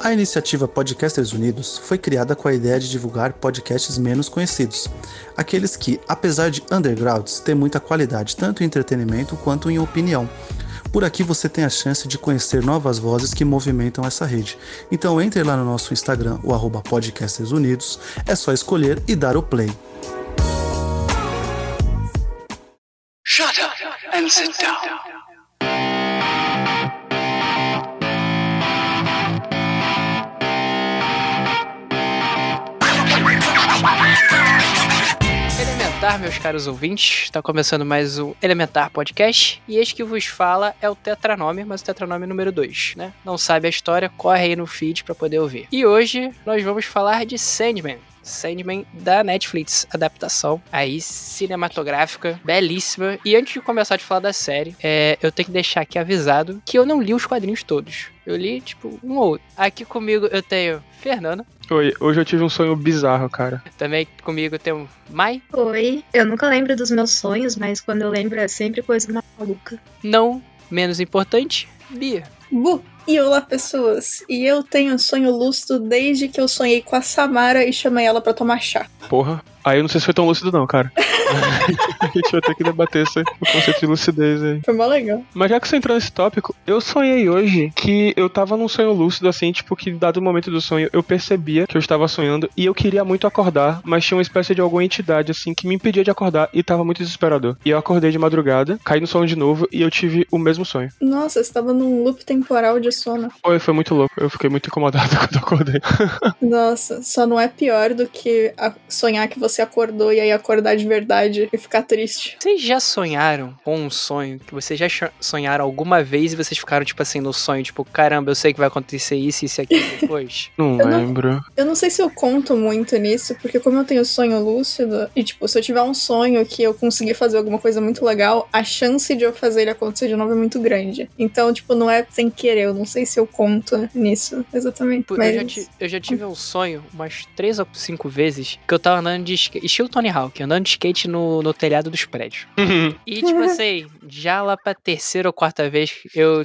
A iniciativa Podcasters Unidos foi criada com a ideia de divulgar podcasts menos conhecidos, aqueles que, apesar de undergrounds, têm muita qualidade tanto em entretenimento quanto em opinião. Por aqui você tem a chance de conhecer novas vozes que movimentam essa rede. Então entre lá no nosso Instagram, o @podcastersunidos, é só escolher e dar o play. Shut up and sit down. Elementar, meus caros ouvintes, está começando mais um Elementar Podcast, e este que vos fala é o Tetranome, mas o Tetranome número 2, né? Não sabe a história, corre aí no feed para poder ouvir. E hoje nós vamos falar de Sandman da Netflix, adaptação aí cinematográfica, belíssima. E antes de começar a falar da série, eu tenho que deixar aqui avisado que eu não li os quadrinhos todos. Eu li, tipo, um ou outro. Aqui comigo eu tenho Fernanda. Oi, hoje eu tive um sonho bizarro, cara. Também comigo eu tenho Mai. Oi, eu nunca lembro dos meus sonhos, mas quando eu lembro é sempre coisa maluca. Não menos importante, Bia. Bu! E olá, pessoas. E eu tenho sonho lúcido desde que eu sonhei com a Samara e chamei ela pra tomar chá. Porra, aí eu não sei se foi tão lúcido não, cara. A gente vai ter que debater esse conceito de lucidez aí. Foi mó legal. Mas já que você entrou nesse tópico, eu sonhei hoje que eu tava num sonho lúcido, assim, tipo, que dado o momento do sonho, eu percebia que eu estava sonhando e eu queria muito acordar, mas tinha uma espécie de alguma entidade, assim, que me impedia de acordar e tava muito desesperador. E eu acordei de madrugada, caí no sono de novo e eu tive o mesmo sonho. Nossa, você tava num loop temporal de sono. Foi muito louco. Eu fiquei muito incomodado quando eu acordei. Nossa, só não é pior do que sonhar que você acordou e aí acordar de verdade e ficar triste. Vocês já sonharam com um sonho que vocês já sonharam alguma vez e vocês ficaram, tipo assim, no sonho, tipo, caramba, eu sei que vai acontecer isso e aqui depois? Não lembro. Eu não sei se eu conto muito nisso, porque como eu tenho sonho lúcido, e tipo, se eu tiver um sonho que eu conseguir fazer alguma coisa muito legal, a chance de eu fazer ele acontecer de novo é muito grande. Então, tipo, não é sem querer, eu não sei se eu conto nisso, exatamente. Mas... Eu já tive um sonho umas 3 ou 5 vezes que eu tava andando de skate, estilo Tony Hawk, andando de skate no telhado dos prédios. E tipo assim, já lá pra terceira ou quarta vez eu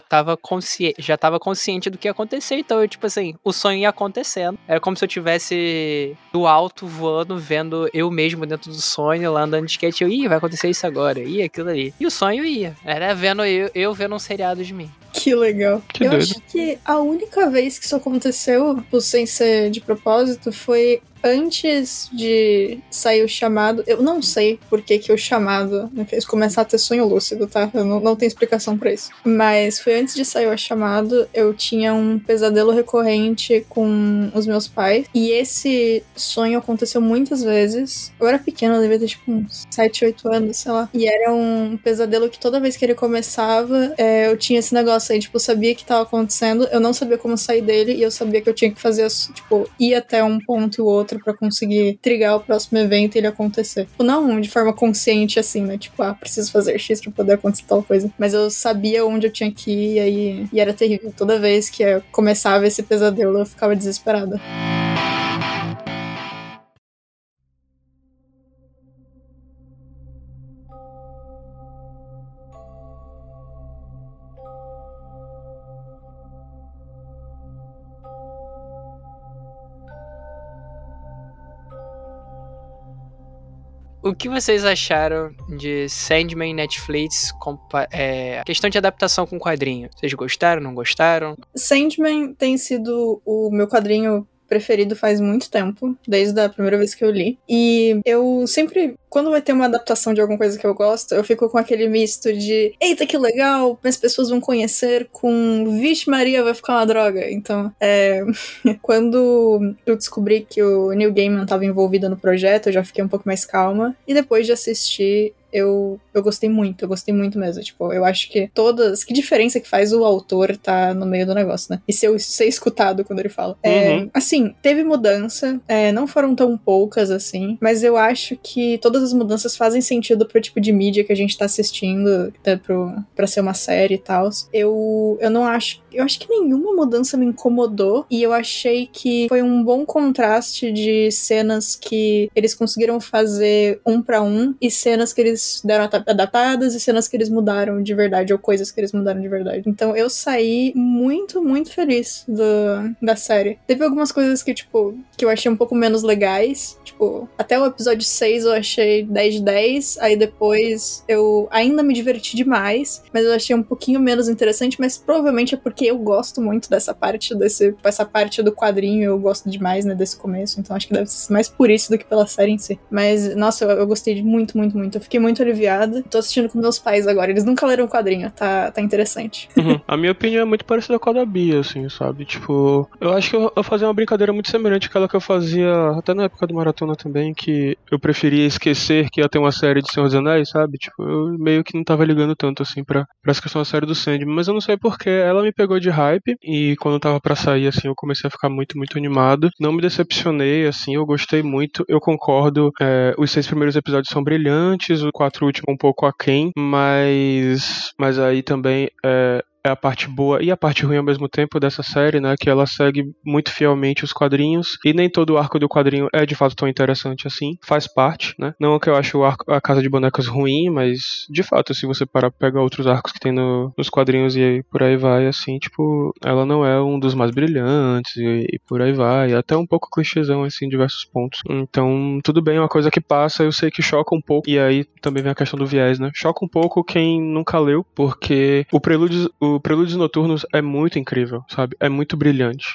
já tava consciente do que ia acontecer, então eu, tipo assim, o sonho ia acontecendo. Era como se eu tivesse do alto voando, vendo eu mesmo dentro do sonho, lá andando de skate, vai acontecer isso agora, aquilo ali. E o sonho ia. Era vendo eu vendo um seriado de mim. Que legal. Que eu doido. Acho que a única vez que isso aconteceu, sem ser de propósito, foi antes de sair o chamado. Eu não sei por que o chamado me fez começar a ter sonho lúcido, tá? Eu não tenho explicação pra isso. Mas foi antes de sair o chamado, eu tinha um pesadelo recorrente com os meus pais. E esse sonho aconteceu muitas vezes. Eu era pequena, eu devia ter tipo uns 7, 8 anos, sei lá. E era um pesadelo que toda vez que ele começava, eu tinha esse negócio aí, tipo, eu sabia que tava acontecendo, eu não sabia como sair dele, e eu sabia que eu tinha que fazer, tipo, ir até um ponto e o outro pra conseguir trigar o próximo evento e ele acontecer. Tipo, não de forma consciente assim, né? Tipo, preciso fazer X pra poder acontecer tal coisa. Mas eu sabia onde eu tinha que ir e era terrível. Toda vez que eu começava esse pesadelo, eu ficava desesperada. O que vocês acharam de Sandman Netflix, questão de adaptação com quadrinho? Vocês gostaram, não gostaram? Sandman tem sido o meu quadrinho preferido faz muito tempo, desde a primeira vez que eu li. E eu sempre, quando vai ter uma adaptação de alguma coisa que eu gosto, eu fico com aquele misto de eita, que legal, as pessoas vão conhecer, com vixe Maria, vai ficar uma droga. Então, quando eu descobri que o Neil Gaiman estava envolvido no projeto, eu já fiquei um pouco mais calma. E depois de assistir, eu gostei muito mesmo. Tipo, eu acho que que diferença que faz o autor tá no meio do negócio, né? E ser escutado quando ele fala. Assim, teve mudança, não foram tão poucas assim, mas eu acho que todas as mudanças fazem sentido pro tipo de mídia que a gente tá assistindo, né, pra ser uma série e tal. Eu não acho. Eu acho que nenhuma mudança me incomodou, e eu achei que foi um bom contraste de cenas que eles conseguiram fazer 1 pra 1 e cenas que eles eles deram adaptadas e cenas que eles mudaram de verdade, ou coisas que eles mudaram de verdade. Então eu saí muito, muito feliz da série. Teve algumas coisas que, tipo, que eu achei um pouco menos legais. Tipo, até o episódio 6 eu achei 10 de 10, aí depois eu ainda me diverti demais, mas eu achei um pouquinho menos interessante, mas provavelmente é porque eu gosto muito dessa parte, essa parte do quadrinho, eu gosto demais, né, desse começo, então acho que deve ser mais por isso do que pela série em si. Mas, nossa, eu gostei muito, muito, muito. Eu fiquei muito aliviada. Tô assistindo com meus pais agora, eles nunca leram o quadrinho, tá interessante. A minha opinião é muito parecida com a da Bia, assim, sabe? Tipo, eu acho que eu fazia uma brincadeira muito semelhante àquela que eu fazia até na época do Maratona também, que eu preferia esquecer que ia ter uma série de Senhor dos Anéis, sabe? Tipo, eu meio que não tava ligando tanto, assim, pra essa questão da série do Sandman, mas eu não sei porque ela me pegou de hype, e quando tava pra sair, assim, eu comecei a ficar muito, muito animado. Não me decepcionei, assim, eu gostei muito, eu concordo, os 6 primeiros episódios são brilhantes, os 4 últimos um pouco aquém, mas aí também é a parte boa e a parte ruim ao mesmo tempo dessa série, né, que ela segue muito fielmente os quadrinhos, e nem todo o arco do quadrinho é de fato tão interessante assim, faz parte, né, não que eu acho a Casa de Bonecas ruim, mas de fato, se você parar pra pegar outros arcos que tem nos quadrinhos e aí por aí vai, assim, tipo, ela não é um dos mais brilhantes e por aí vai, até um pouco clichêzão, assim, em diversos pontos. Então, tudo bem, é uma coisa que passa, eu sei que choca um pouco, e aí também vem a questão do viés, né, choca um pouco quem nunca leu, porque o Prelúdios Noturnos é muito incrível, sabe? É muito brilhante.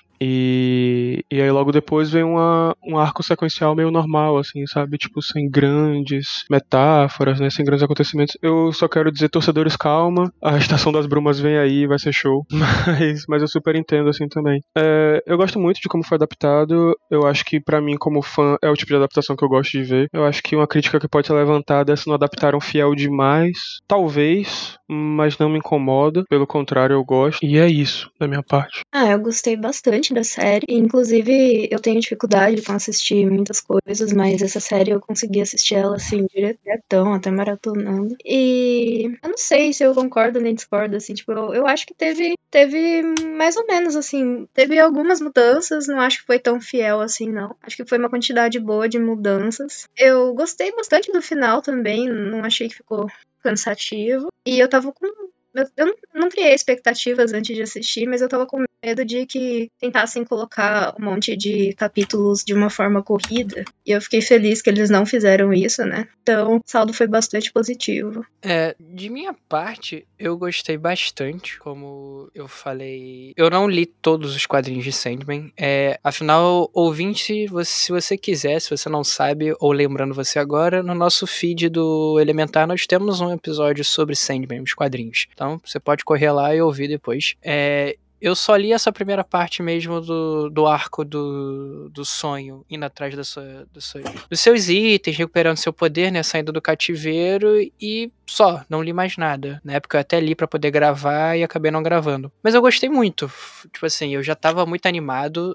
E aí logo depois vem um arco sequencial meio normal, assim, sabe? Tipo, sem grandes metáforas, né? Sem grandes acontecimentos. Eu só quero dizer, torcedores, calma. A Estação das Brumas vem aí, vai ser show. Mas eu super entendo, assim, também. Eu gosto muito de como foi adaptado. Eu acho que, pra mim, como fã, é o tipo de adaptação que eu gosto de ver. Eu acho que uma crítica que pode ser levantada é se não adaptaram fiel demais. Talvez, mas não me incomoda. Pelo contrário, eu gosto. E é isso, da minha parte. Eu gostei bastante da série. Inclusive, eu tenho dificuldade com assistir muitas coisas, mas essa série eu consegui assistir ela assim, diretão, até maratonando. E eu não sei se eu concordo nem discordo, assim, tipo, eu acho que teve mais ou menos, assim, teve algumas mudanças, não acho que foi tão fiel assim, não. Acho que foi uma quantidade boa de mudanças. Eu gostei bastante do final também, não achei que ficou cansativo. E eu tava com... Eu não criei expectativas antes de assistir, mas eu tava com medo de que tentassem colocar um monte de capítulos de uma forma corrida. E eu fiquei feliz que eles não fizeram isso, né? Então, o saldo foi bastante positivo. De minha parte, eu gostei bastante. Como eu falei, eu não li todos os quadrinhos de Sandman. Afinal, ouvinte, se você quiser, se você não sabe, ou lembrando você agora, no nosso feed do Elementar nós temos um episódio sobre Sandman, os quadrinhos. Então, você pode correr lá e ouvir depois. Eu só li essa primeira parte mesmo do arco do sonho, indo atrás dos seus itens, recuperando seu poder, né, saindo do cativeiro, e só, não li mais nada. Na época eu até li pra poder gravar e acabei não gravando. Mas eu gostei muito, tipo assim, eu já tava muito animado,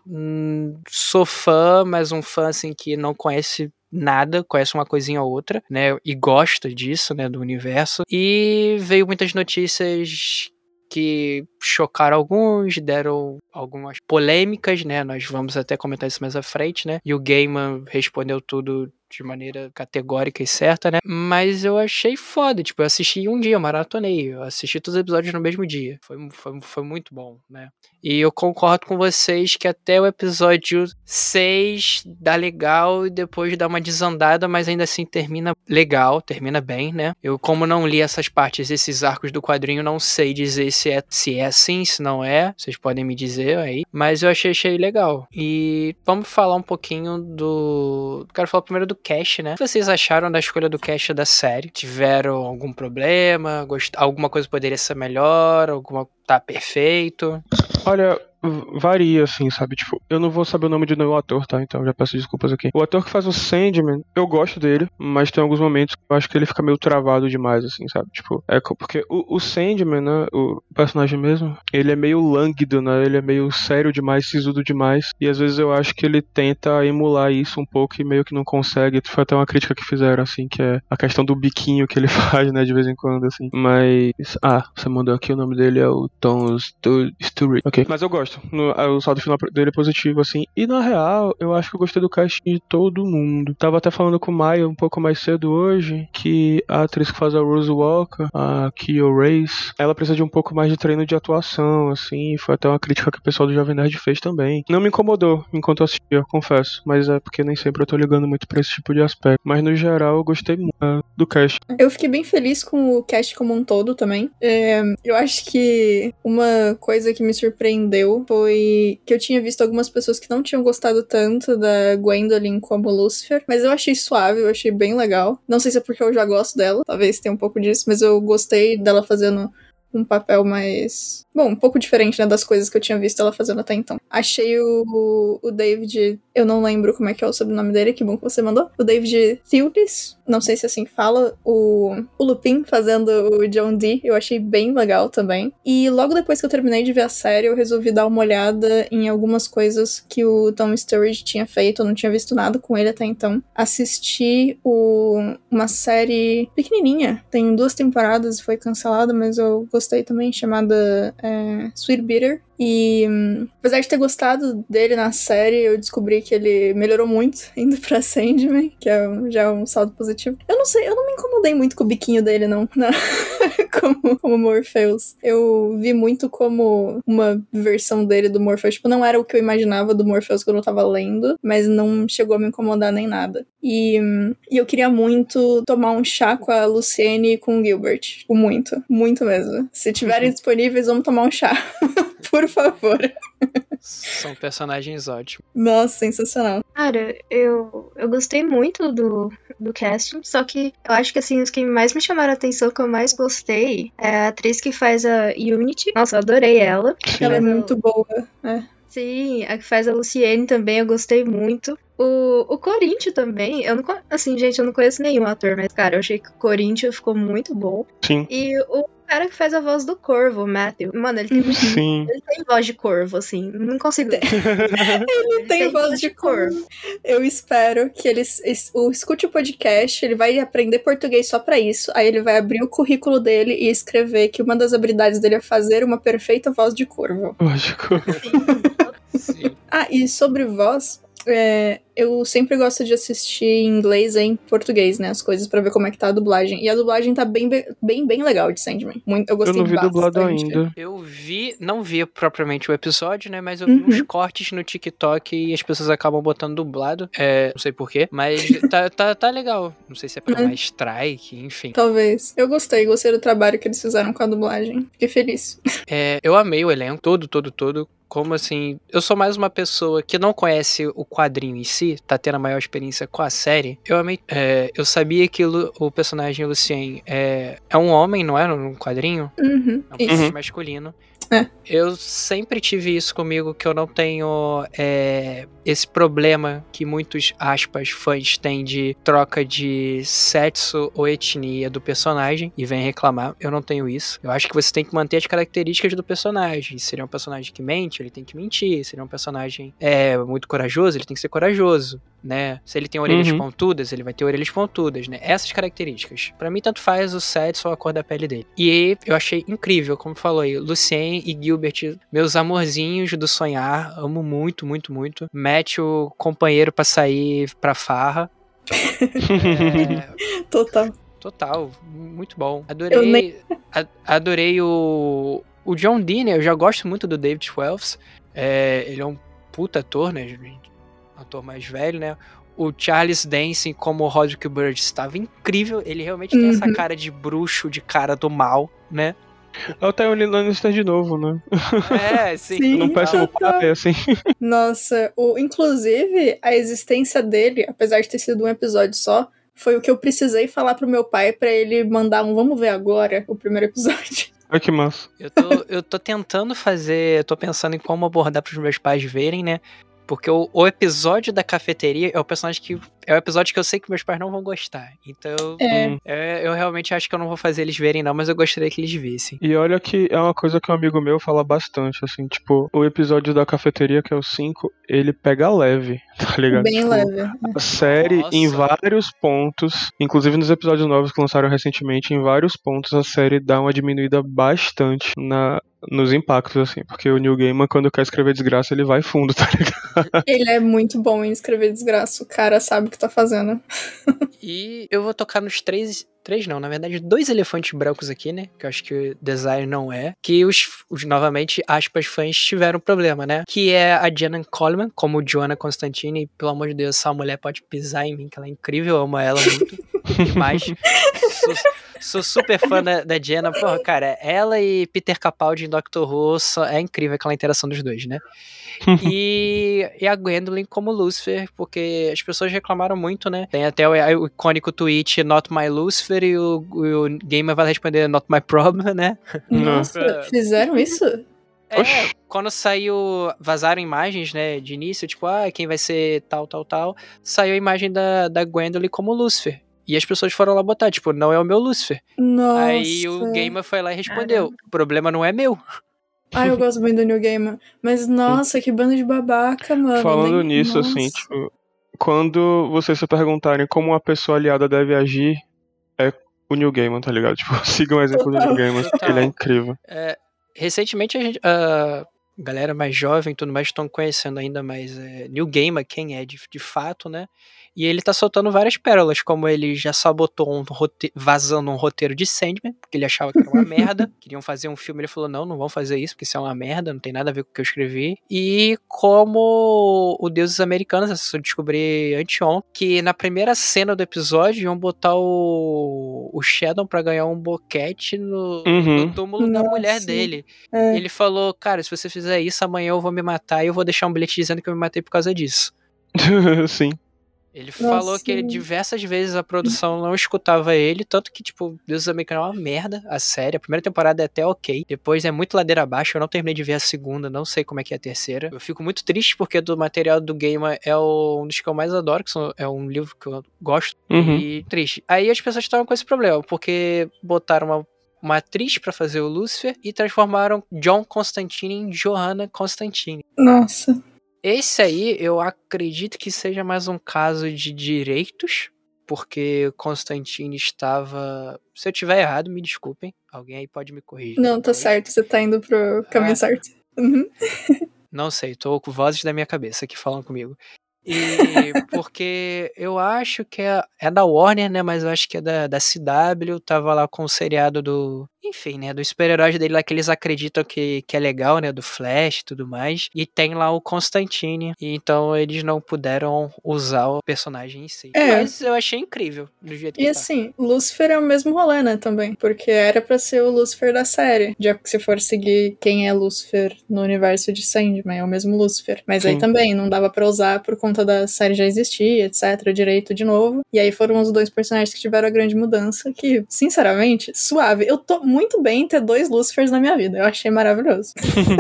sou fã, mas um fã assim que não conhece nada, conhece uma coisinha ou outra, né, e gosta disso, né, do universo, e veio muitas notícias que chocaram alguns, deram algumas polêmicas, né, nós vamos até comentar isso mais à frente, né, e o Gaiman respondeu tudo de maneira categórica e certa, né, mas eu achei foda, tipo, eu assisti em um dia, eu maratonei, eu assisti todos os episódios no mesmo dia, foi muito bom, né, e eu concordo com vocês que até o episódio 6 dá legal e depois dá uma desandada, mas ainda assim termina legal, termina bem, né, eu como não li essas partes, esses arcos do quadrinho, não sei dizer se é assim, se não é, vocês podem me dizer aí, mas eu achei legal. E vamos falar um pouquinho quero falar primeiro do cast, né? O que vocês acharam da escolha do cast da série? Tiveram algum problema? Alguma coisa poderia ser melhor? Alguma tá perfeito? Olha, varia, assim, sabe? Tipo, eu não vou saber o nome de nenhum ator, tá? Então já peço desculpas aqui. O ator que faz o Sandman, eu gosto dele, mas tem alguns momentos que eu acho que ele fica meio travado demais, assim, sabe? Tipo, porque o Sandman, né? O personagem mesmo, ele é meio lânguido, né? Ele é meio sério demais, sisudo demais. E às vezes eu acho que ele tenta emular isso um pouco e meio que não consegue. Foi até uma crítica que fizeram, assim, que é a questão do biquinho que ele faz, né? De vez em quando, assim. Mas. Você mandou aqui, o nome dele é o Tom Sturridge. Ok. Mas eu gosto gosto. O saldo final dele é positivo, assim. E na real, eu acho que eu gostei do casting de todo mundo. Tava até falando com o Maia um pouco mais cedo hoje, que a atriz que faz a Rose Walker, a Keo Reis, ela precisa de um pouco mais de treino de atuação, assim. Foi até uma crítica que o pessoal do Jovem Nerd fez também. Não me incomodou enquanto eu assistia, confesso. Mas é porque nem sempre eu tô ligando muito pra esse tipo de aspecto. Mas no geral, eu gostei muito do cast. Eu fiquei bem feliz com o cast como um todo também. Eu acho que uma coisa que me surpreendeu foi que eu tinha visto algumas pessoas que não tinham gostado tanto da Gwendolyn como Lucifer, mas eu achei suave, eu achei bem legal. Não sei se é porque eu já gosto dela, talvez tenha um pouco disso, mas eu gostei dela fazendo um papel mais... Bom, um pouco diferente, né, das coisas que eu tinha visto ela fazendo até então. Achei o David... Eu não lembro como é que é o sobrenome dele, que bom que você mandou. O David Thewlis, não sei se assim fala. O Lupin fazendo o John Dee, eu achei bem legal também. E logo depois que eu terminei de ver a série, eu resolvi dar uma olhada em algumas coisas que o Tom Sturridge tinha feito. Eu não tinha visto nada com ele até então. Assisti uma série pequenininha, tem 2 temporadas e foi cancelada, mas eu gostei também, chamada Sweet Bitter. E apesar de ter gostado dele na série, eu descobri que ele melhorou muito indo pra Sandman, que já é um saldo positivo. Eu não sei, eu não me incomodei muito com o biquinho dele, não, como Morpheus. Eu vi muito como uma versão dele do Morpheus. Tipo, não era o que eu imaginava do Morpheus quando eu tava lendo, mas não chegou a me incomodar nem nada. E eu queria muito tomar um chá com a Luciene e com o Gilbert. Tipo, muito. Muito mesmo. Se tiverem disponíveis, vamos tomar um chá. Por favor. São personagens ótimos. Nossa, sensacional. Cara, eu gostei muito do casting, só que eu acho que, assim, os que mais me chamaram a atenção, que eu mais gostei, é a atriz que faz a Unity. Nossa, eu adorei ela. Ela é muito boa, né? Sim, a que faz a Luciene também, eu gostei muito. O Corinthians também, eu não, assim, gente, eu não conheço nenhum ator, mas, cara, eu achei que o Corinthians ficou muito bom. Sim. E o cara que faz a voz do Corvo, o Matthew, mano, ele tem voz de corvo, assim, não consigo. Ele tem voz de corvo. Eu espero que ele escute o podcast, ele vai aprender português só pra isso, aí ele vai abrir o currículo dele e escrever que uma das habilidades dele é fazer uma perfeita voz de corvo. Voz de corvo. Sim. Ah, e sobre voz... eu sempre gosto de assistir em inglês e em português, né, as coisas, pra ver como é que tá a dublagem. E a dublagem tá bem legal de Sandman. Eu gostei bastante. Eu não vi dublado ainda. Eu não vi propriamente o episódio, né, mas eu vi uns cortes no TikTok e as pessoas acabam botando dublado. Não sei porquê, mas tá legal. Não sei se é pra mais strike, enfim. Talvez. Eu gostei do trabalho que eles fizeram com a dublagem. Fiquei feliz. Eu amei o elenco, todo. Como assim, eu sou mais uma pessoa que não conhece o quadrinho em si, tá tendo a maior experiência com a série. Eu amei. Eu sabia que o personagem Lucien é um homem, não é? No quadrinho? É um personagem masculino. Eu sempre tive isso comigo, que eu não tenho esse problema que muitos, aspas, fãs têm de troca de sexo ou etnia do personagem e vem reclamar. Eu não tenho isso. Eu acho que você tem que manter as características do personagem. Se ele é um personagem que mente, ele tem que mentir. Se ele é um personagem muito corajoso, ele tem que ser corajoso, né? Se ele tem orelhas pontudas, ele vai ter orelhas pontudas, né? Essas características. Pra mim, tanto faz o sexo ou a cor da pele dele. E eu achei incrível, como falou aí, Lucien e Gilbert, meus amorzinhos do sonhar, amo muito, muito, muito. Mete o companheiro pra sair pra farra. Total, muito bom. Adorei o John Dee, né? Eu já gosto muito do David Wells. Ele é um puta ator, né? Ator mais velho, né? O Charles Dance como o Roderick Burge estava incrível. Ele realmente tem essa cara de bruxo, de cara do mal, né? É o Tyrion Lannister de novo, né? Sim. Não parece o pai, assim. Nossa, inclusive, a existência dele, apesar de ter sido um episódio só, foi o que eu precisei falar pro meu pai pra ele mandar vamos ver agora, o primeiro episódio. Ai, que massa. Eu tô tentando fazer, tô pensando em como abordar pros meus pais verem, né? Porque o episódio da cafeteria é o personagem que é um episódio que eu sei que meus pais não vão gostar. Então, eu realmente acho que eu não vou fazer eles verem, não, mas eu gostaria que eles vissem. E olha que é uma coisa que um amigo meu fala bastante, assim, tipo, o episódio da cafeteria, que é o 5, ele pega leve, tá ligado? Bem tipo, leve. A série, Nossa. em vários pontos, inclusive nos episódios novos que lançaram recentemente, em vários pontos a série dá uma diminuída bastante nos impactos, assim, porque o Neil Gaiman, quando quer escrever desgraça, ele vai fundo, tá ligado? Ele é muito bom em escrever desgraça. O cara sabe o que tá fazendo. E eu vou tocar nos três não, na verdade, 2 elefantes brancos aqui, né? Que eu acho que o design não é. Que os novamente, aspas, fãs tiveram problema, né? Que é a Jenna Coleman, como Joanna Constantine. Pelo amor de Deus, essa mulher pode pisar em mim, que ela é incrível, eu amo ela muito. Demais. Sou super fã da Jenna. Porra, cara, ela e Peter Capaldi em Doctor Who é incrível aquela interação dos dois, né? E a Gwendolyn como Lucifer, porque as pessoas reclamaram muito, né? Tem até o icônico tweet Not My Lucifer e o Gamer vai responder Not My Problem, né? Nossa, fizeram isso? Quando vazaram imagens, né, de início, tipo, quem vai ser tal, saiu a imagem da Gwendolyn como Lucifer. E as pessoas foram lá botar, tipo, não é o meu Lucifer. Nossa. Aí o Gamer foi lá e respondeu, o problema não é meu. Eu gosto muito do New Gamer. Mas, nossa, que bando de babaca, mano. Falando nisso, nossa. assim, tipo, quando vocês se perguntarem como uma pessoa aliada deve agir, é o Neil Gaiman, tá ligado? Tipo, sigam o exemplo do Neil Gaiman, ele é incrível. Recentemente a galera mais jovem e tudo mais estão conhecendo ainda mais Neil Gaiman, quem é de fato, né? E ele tá soltando várias pérolas, como ele já sabotou vazando um roteiro de Sandman, porque ele achava que era uma merda. Queriam fazer um filme, ele falou, não vão fazer isso, porque isso é uma merda, não tem nada a ver com o que eu escrevi. E como o Deuses Americanos, eu descobri anteontem, que na primeira cena do episódio iam botar o Shadow pra ganhar um boquete no túmulo da mulher dele. E ele falou, cara, se você fizer isso, amanhã eu vou me matar e eu vou deixar um bilhete dizendo que eu me matei por causa disso. Sim. Ele falou que diversas vezes a produção não escutava ele, tanto que, tipo, Deuses Americanos é uma merda, a série. A primeira temporada é até ok, depois é muito ladeira abaixo, eu não terminei de ver a segunda, não sei como é que é a terceira. Eu fico muito triste porque do material do Gaiman é um dos que eu mais adoro, que é um livro que eu gosto, e triste. Aí as pessoas estavam com esse problema, porque botaram uma atriz pra fazer o Lucifer e transformaram John Constantine em Joanna Constantine. Nossa. Esse aí, eu acredito que seja mais um caso de direitos, porque Constantine estava... Se eu tiver errado, me desculpem. Alguém aí pode me corrigir. Não, tá certo. Você tá indo pro caminho certo. Não sei, tô com vozes da minha cabeça que falam comigo. E porque eu acho que é da Warner, né? Mas eu acho que é da CW. Tava lá com o seriado do... Enfim, né? Dos super-heróis dele lá que eles acreditam que é legal, né? Do Flash e tudo mais. E tem lá o Constantine. E então eles não puderam usar o personagem em si. Mas eu achei incrível do jeito que E assim, Lucifer é o mesmo rolê, né? Também. Porque era pra ser o Lucifer da série. Já que se for seguir quem é Lucifer no universo de Sandman, é o mesmo Lucifer. Mas aí também não dava pra usar por conta da série já existir, etc. Direito de novo. E aí foram os 2 personagens que tiveram a grande mudança. Que, sinceramente, suave. Eu tô muito bem em ter 2 Lucifers na minha vida. Eu achei maravilhoso.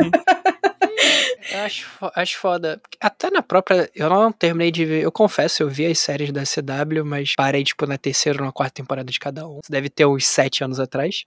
Eu acho foda. Até na própria... Eu não terminei de ver... Eu confesso, eu vi as séries da CW, mas parei, tipo, na 3ª ou na 4ª temporada de cada um. Isso deve ter uns 7 anos atrás.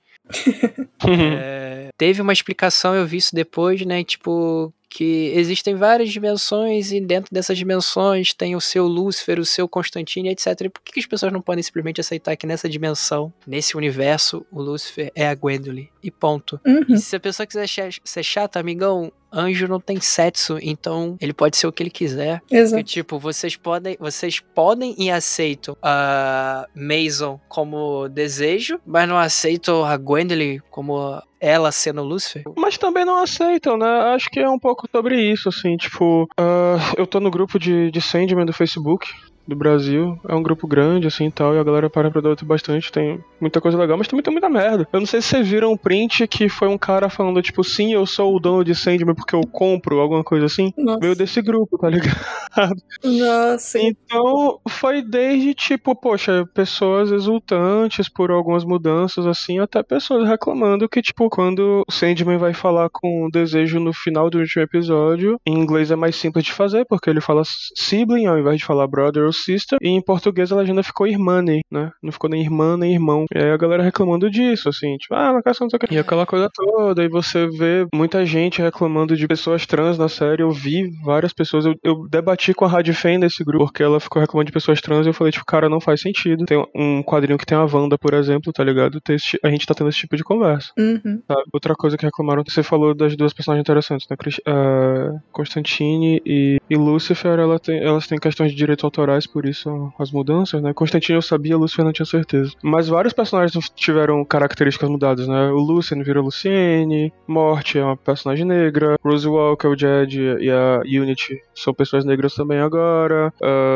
Teve uma explicação, eu vi isso depois, né? Tipo... que existem várias dimensões e dentro dessas dimensões tem o seu Lúcifer, o seu Constantine, etc. E por que as pessoas não podem simplesmente aceitar que nessa dimensão, nesse universo, o Lúcifer é a Gwendolyn? E ponto. E se a pessoa quiser ser chata, amigão, anjo não tem sexo, então ele pode ser o que ele quiser. Exato. Porque, tipo, vocês podem e aceitam a Mason como desejo, mas não aceitam a Gwendolyn como ela sendo Lúcifer. Mas também não aceitam, né? Acho que é um pouco sobre isso, assim, tipo... eu tô no grupo de Sandman do Facebook, do Brasil. É um grupo grande, assim, e tal, e a galera para pra debater bastante. Tem muita coisa legal, mas também tem muita merda. Eu não sei se vocês viram um print que foi um cara falando, tipo, sim, eu sou o dono de Sandman porque eu compro, alguma coisa assim. Nossa. Veio desse grupo, tá ligado? Nossa. Então, foi desde, tipo, poxa, pessoas exultantes por algumas mudanças, assim, até pessoas reclamando que, tipo, quando o Sandman vai falar com o desejo no final do último episódio, em inglês é mais simples de fazer, porque ele fala sibling ao invés de falar brother ou sister, e em português a legenda ficou irmãne, né? Não ficou nem irmã nem irmão. E aí a galera reclamando disso, assim, tipo, ah, marcação não sei o que. E aquela coisa toda, e você vê muita gente reclamando de pessoas trans na série. Eu vi várias pessoas, eu debati com a Radifem nesse grupo, porque ela ficou reclamando de pessoas trans, e eu falei, tipo, cara, não faz sentido. Tem um quadrinho que tem a Wanda, por exemplo, tá ligado? A gente tá tendo esse tipo de conversa. Sabe? Outra coisa que reclamaram, você falou das duas personagens interessantes, né? Constantine e Lucifer, elas têm questões de direitos autorais, por isso as mudanças, né? Constantine eu sabia, Lucifer não tinha certeza. Mas vários personagens tiveram características mudadas, né? O Lucien virou Luciene, Morte é uma personagem negra, Rose Walker, o Jed e a Unity são pessoas negras também agora.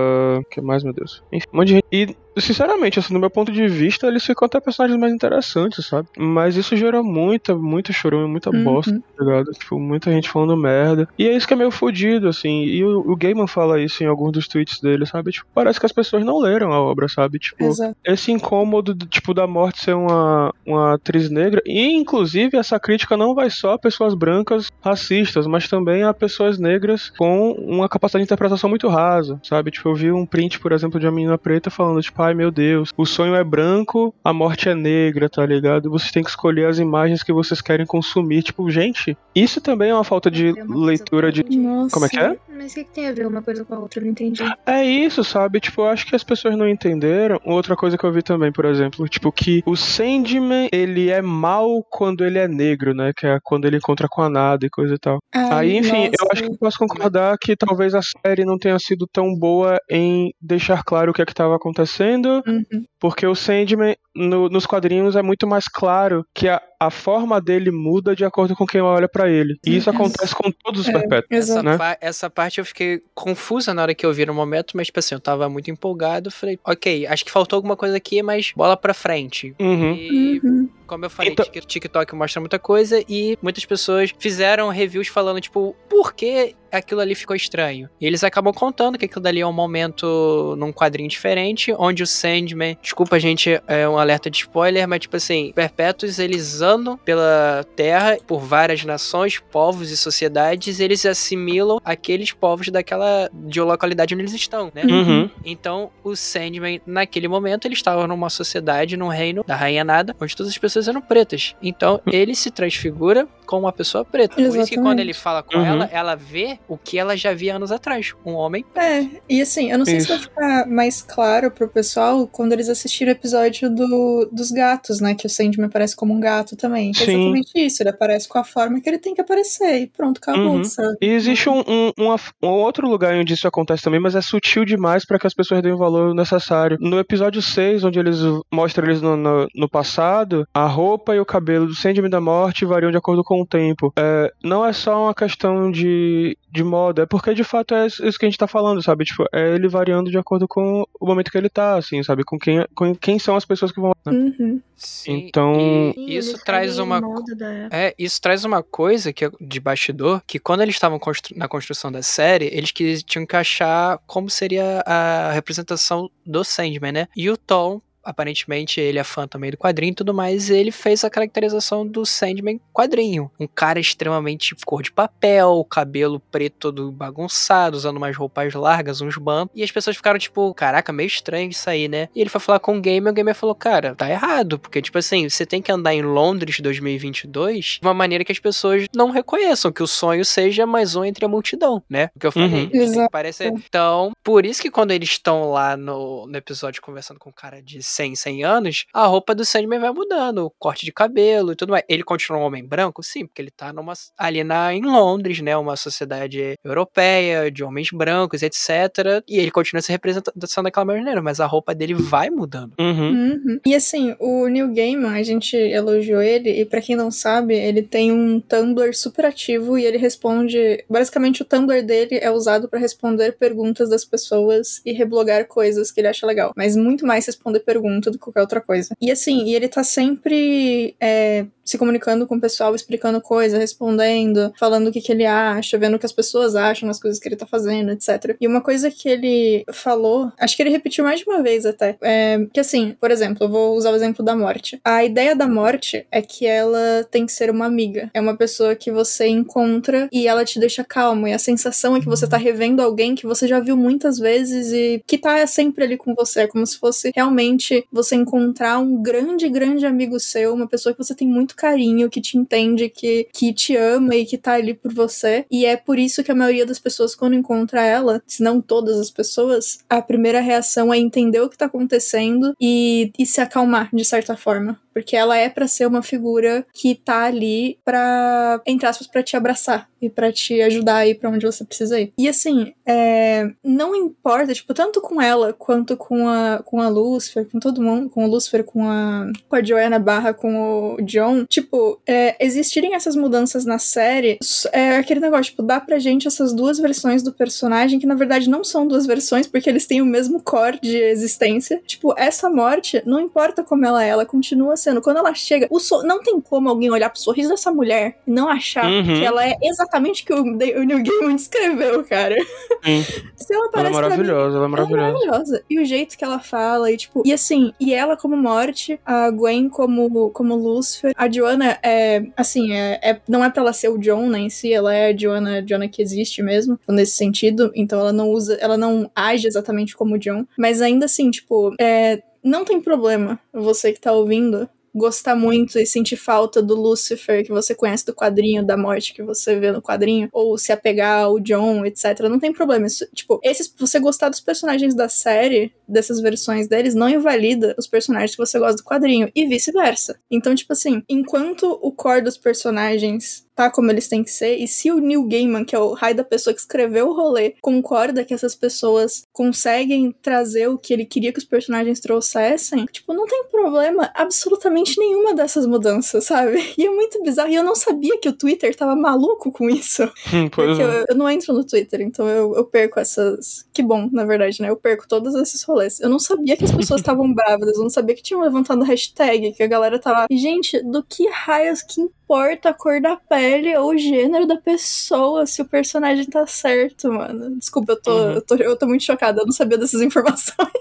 Que mais, meu Deus? Enfim, um monte de gente. E, sinceramente, assim, do meu ponto de vista, eles ficam até personagens mais interessantes, sabe? Mas isso gera muito chorão, muita bosta, tá ligado? Tipo, muita gente falando merda. E é isso que é meio fodido, assim. E o Gaiman fala isso em alguns dos tweets dele, sabe? Tipo, parece que as pessoas não leram a obra, sabe? Tipo, Exato. esse incômodo, tipo, da Morte ser uma atriz negra. E, inclusive, essa crítica não vai só a pessoas brancas racistas, mas também a pessoas negras com uma capacidade de interpretação muito rasa, sabe? Tipo, eu vi um print, por exemplo, de uma menina preta falando, tipo, ai meu Deus, o sonho é branco, a morte é negra, tá ligado? Vocês têm que escolher as imagens que vocês querem consumir. Tipo, gente, isso também é uma falta de leitura de... Nossa. Como é que é? Mas o que tem a ver uma coisa com a outra? Eu não entendi. É isso, sabe? Tipo, eu acho que as pessoas não entenderam. Outra coisa que eu vi também, por exemplo, tipo, que o Sandman, ele é mau quando ele é negro, né? Que é quando ele encontra com a Nada e coisa e tal. Aí, enfim, eu acho que eu posso concordar que talvez a série não tenha sido tão boa em deixar claro o que é que estava acontecendo, porque o Sandman, nos quadrinhos, é muito mais claro que a forma dele muda de acordo com quem olha pra ele. E isso acontece com todos os perpétuos, né? Essa parte eu fiquei confusa na hora que eu vi no momento, mas, tipo assim, eu tava muito empolgado, falei, ok, acho que faltou alguma coisa aqui, mas bola pra frente. E... Como eu falei, TikTok mostra muita coisa e muitas pessoas fizeram reviews falando, tipo, por que aquilo ali ficou estranho? E eles acabam contando que aquilo dali é um momento num quadrinho diferente, onde o Sandman... Desculpa, gente, é um alerta de spoiler, mas, tipo assim, Perpétuos, eles andam pela Terra por várias nações, povos e sociedades, e eles assimilam aqueles povos de localidade onde eles estão, né? Então, o Sandman, naquele momento, ele estava numa sociedade, num reino da Rainha Nada, onde todas as pessoas eram pretas. Então, ele se transfigura como uma pessoa preta. Por isso que quando ele fala com ela vê o que ela já via anos atrás. Um homem preto. E assim, eu não sei se vai ficar mais claro pro pessoal quando eles assistirem o episódio dos gatos, né? Que o Sandman aparece como um gato também. É exatamente isso. Ele aparece com a forma que ele tem que aparecer. E pronto, acabou, sabe? E existe um outro lugar onde isso acontece também, mas é sutil demais para que as pessoas deem o valor necessário. No episódio 6, onde eles mostram eles no passado, a roupa e o cabelo do Sandman da Morte variam de acordo com o tempo. Não é só uma questão de moda, é porque de fato é isso que a gente tá falando, sabe? Tipo, é ele variando de acordo com o momento que ele tá, assim, sabe? Com quem são as pessoas que vão... Né? Sim, então... e isso traz isso traz uma coisa que é de bastidor, que quando eles estavam na construção da série, eles tinham que achar como seria a representação do Sandman, né? E o Tom, aparentemente ele é fã também do quadrinho e tudo mais, ele fez a caracterização do Sandman quadrinho. Um cara extremamente cor de papel, cabelo preto todo bagunçado, usando umas roupas largas, uns bandos, e as pessoas ficaram tipo, caraca, meio estranho isso aí, né? E ele foi falar com o Gamer falou, cara, tá errado, porque tipo assim, você tem que andar em Londres 2022 de uma maneira que as pessoas não reconheçam, que o sonho seja mais um entre a multidão, né? O que eu falei, tem que parecer. Então, por isso que quando eles estão lá no episódio conversando com o cara de 100 anos, a roupa do Sandman vai mudando, o corte de cabelo e tudo mais. Ele continua um homem branco? Sim, porque ele tá em Londres, né, uma sociedade europeia, de homens brancos, etc. E ele continua se representando daquela maneira, mas a roupa dele vai mudando. E assim, o Neil Gaiman, a gente elogiou ele, e pra quem não sabe, ele tem um Tumblr super ativo e ele responde... Basicamente, o Tumblr dele é usado pra responder perguntas das pessoas e reblogar coisas que ele acha legal. Mas muito mais responder perguntas pergunta do que qualquer outra coisa. E assim, ele tá sempre se comunicando com o pessoal, explicando coisa, respondendo, falando o que ele acha, vendo o que as pessoas acham nas coisas que ele tá fazendo, etc. E uma coisa que ele falou, acho que ele repetiu mais de uma vez até, que assim, por exemplo, eu vou usar o exemplo da morte. A ideia da morte é que ela tem que ser uma amiga. É uma pessoa que você encontra e ela te deixa calmo. E a sensação é que você tá revendo alguém que você já viu muitas vezes e que tá sempre ali com você. É como se fosse realmente você encontrar um grande, grande amigo seu, uma pessoa que você tem muito carinho, que te entende, que te ama e que tá ali por você. E é por isso que a maioria das pessoas, quando encontra ela, se não todas as pessoas, a primeira reação é entender o que tá acontecendo e se acalmar, de certa forma. Porque ela é pra ser uma figura que tá ali pra, entre aspas, pra te abraçar e pra te ajudar a ir pra onde você precisa ir. E assim, não importa, tipo, tanto com ela quanto com a Lucifer, com todo mundo, com o Lucifer, com a Joanna / com o John, tipo, existirem essas mudanças na série, é aquele negócio, tipo, dá pra gente essas duas versões do personagem, que na verdade não são duas versões, porque eles têm o mesmo core de existência. Tipo, essa morte, não importa como ela continua sendo. Quando ela chega, não tem como alguém olhar pro sorriso dessa mulher e não achar que ela é exatamente o que o Neil Gaiman descreveu, cara. Se ela parece ela é maravilhosa, ela é maravilhosa. E o jeito que ela fala, e tipo, e assim, e ela como morte, a Gwen como Lucifer, a Joanna não é pra ela ser o John, né, em si, ela é a Joanna que existe mesmo, nesse sentido, então ela não age exatamente como o John, mas ainda assim, tipo, não tem problema você que tá ouvindo gostar muito e sentir falta do Lucifer que você conhece do quadrinho, da morte que você vê no quadrinho, ou se apegar ao John, etc. Não tem problema. Isso, tipo, você gostar dos personagens da série, dessas versões deles, não invalida os personagens que você gosta do quadrinho, e vice-versa. Então, tipo assim, enquanto o core dos personagens tá como eles têm que ser, e se o Neil Gaiman, que é o raio da pessoa que escreveu o rolê, concorda que essas pessoas conseguem trazer o que ele queria que os personagens trouxessem, tipo, não tem problema absolutamente nenhuma dessas mudanças, sabe? E é muito bizarro, e eu não sabia que o Twitter tava maluco com isso. Porque eu não entro no Twitter, então eu perco essas... Que bom, na verdade, né? Eu perco todos esses rolês. Eu não sabia que as pessoas estavam brávidas, eu não sabia que tinham levantado hashtag, que a galera tava... Gente, do que raios que importa a cor da pele ou o gênero da pessoa se o personagem tá certo, mano. Desculpa, eu tô muito chocada, eu não sabia dessas informações.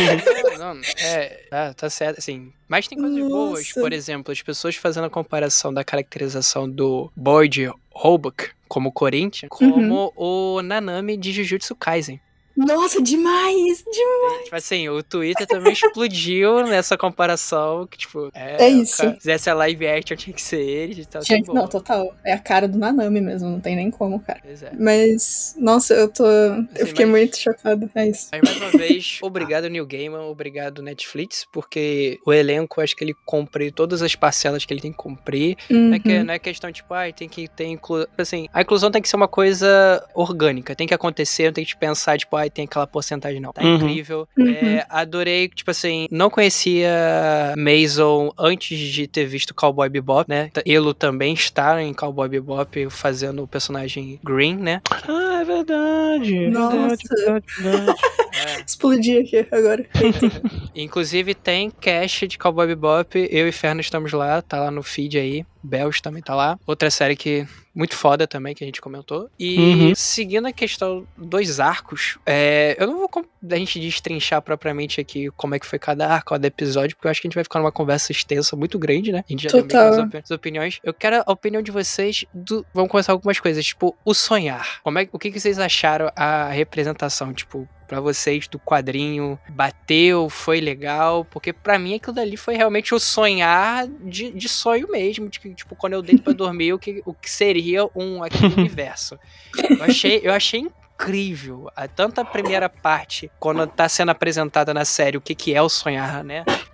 Tá certo, assim. Mas tem coisas boas, por exemplo, as pessoas fazendo a comparação da caracterização do Boyd Holbrook como Corinthians, como o Nanami de Jujutsu Kaisen. Nossa, demais! Tipo assim, o Twitter também explodiu nessa comparação, que tipo, isso. Se fizesse a live action, tinha que ser eles e tal. Gente, não, total. É a cara do Nanami mesmo, não tem nem como, cara. Pois é. Mas, nossa, eu fiquei muito chocada, é isso. Mas mais uma vez, obrigado Neil Gaiman, obrigado Netflix, porque o elenco, acho que ele cumpre todas as parcelas que ele tem que cumprir. Não é questão, tipo, tem que ter inclusão. Assim, a inclusão tem que ser uma coisa orgânica, tem que acontecer, não tem que pensar, tipo, tem aquela porcentagem, não. Tá incrível. Adorei, tipo assim, não conhecia Mason antes de ter visto Cowboy Bebop, né? Elo também está em Cowboy Bebop fazendo o personagem Green, né? É verdade. Nossa. Verdade. Explodi aqui agora. Inclusive tem cast de Cowboy Bebop, eu e Ferno estamos lá, tá lá no feed aí. Bells também tá lá. Outra série que muito foda também, que a gente comentou. E seguindo a questão dos arcos, eu não vou a gente destrinchar propriamente aqui como é que foi cada arco, cada episódio, porque eu acho que a gente vai ficar numa conversa extensa muito grande, né? A gente já deu meio as opiniões. Eu quero a opinião de vocês vamos começar algumas coisas, tipo, o sonhar. O que vocês acharam a representação, tipo, pra vocês do quadrinho? Bateu, foi legal? Porque pra mim aquilo dali foi realmente o sonhar de sonho mesmo, de que, tipo, quando eu deito pra dormir, o que seria aquele universo. Eu achei incrível. Tanto a primeira parte, quando tá sendo apresentada na série o que é o sonhar, né?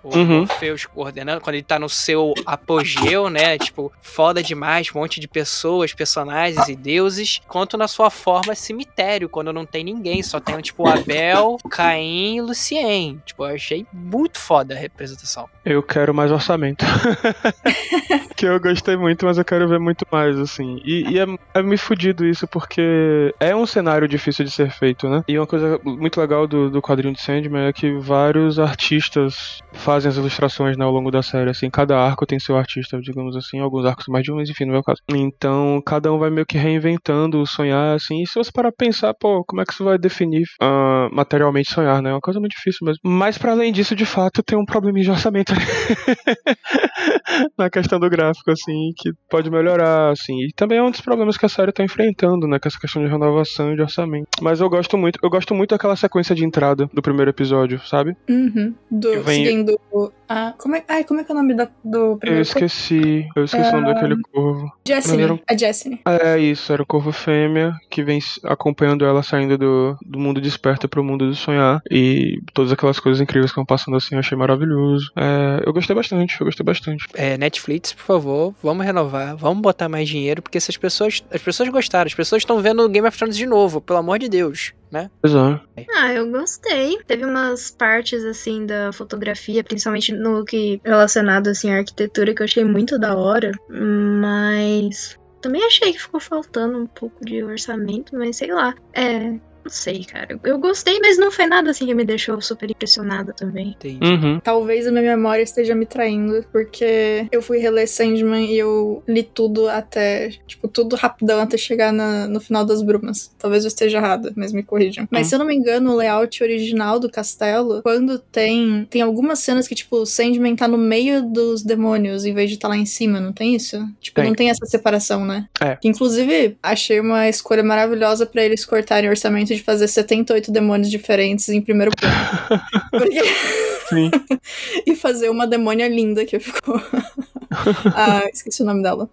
O Morpheus coordenando, quando ele tá no seu apogeu, né? Tipo, foda demais, um monte de pessoas, personagens e deuses, quanto na sua forma cemitério, quando não tem ninguém, só tem, tipo, Abel, Caim e Lucien. Tipo, eu achei muito foda a representação. Eu quero mais orçamento. Que eu gostei muito, mas eu quero ver muito mais, assim. E é me fudido isso, porque é um cenário difícil de ser feito, né? E uma coisa muito legal do quadrinho de Sandman é que vários artistas fazem as ilustrações, né, ao longo da série, assim. Cada arco tem seu artista, digamos assim. Alguns arcos mais de um, mas enfim, no meu caso. Então, cada um vai meio que reinventando o sonhar, assim. E se você parar pra pensar, pô, como é que isso vai definir materialmente sonhar, né? É uma coisa muito difícil mesmo. Mas, pra além disso, de fato, tem um probleminha de orçamento na questão do gráfico, assim, que pode melhorar, assim. E também é um dos problemas que a série tá enfrentando, né, com essa questão de renovação e de orçamento. Mas eu gosto muito daquela sequência de entrada do primeiro episódio, sabe? Seguindo como é que é o nome do primeiro? Eu esqueci o nome daquele corvo. Jessene, a Jessene. É isso, era o corvo fêmea que vem acompanhando ela saindo do mundo desperta pro mundo do sonhar, e todas aquelas coisas incríveis que vão passando assim, eu achei maravilhoso. Eu gostei bastante. Netflix, por favor, vamos renovar, vamos botar mais dinheiro, porque as pessoas gostaram, as pessoas estão vendo Game of Thrones de novo, pelo amor de Deus, né? Exato. Eu gostei. Teve umas partes, assim, da fotografia, principalmente no que relacionado, assim, à arquitetura, que eu achei muito da hora, mas também achei que ficou faltando um pouco de orçamento, mas sei lá. Não sei, cara. Eu gostei, mas não foi nada assim que me deixou super impressionada também. Entendi. Talvez a minha memória esteja me traindo, porque eu fui reler Sandman e eu li tudo até, tipo, tudo rapidão até chegar no final das brumas. Talvez eu esteja errada, mas me corrijam. Mas se eu não me engano, o layout original do castelo, quando tem algumas cenas que, tipo, o Sandman tá no meio dos demônios em vez de tá lá em cima, não tem isso? Tipo, não tem essa separação, né? Que, inclusive, achei uma escolha maravilhosa pra eles cortarem o orçamento de fazer 78 demônios diferentes em primeiro plano. Porque... Sim. E fazer uma demônia linda que ficou... esqueci o nome dela.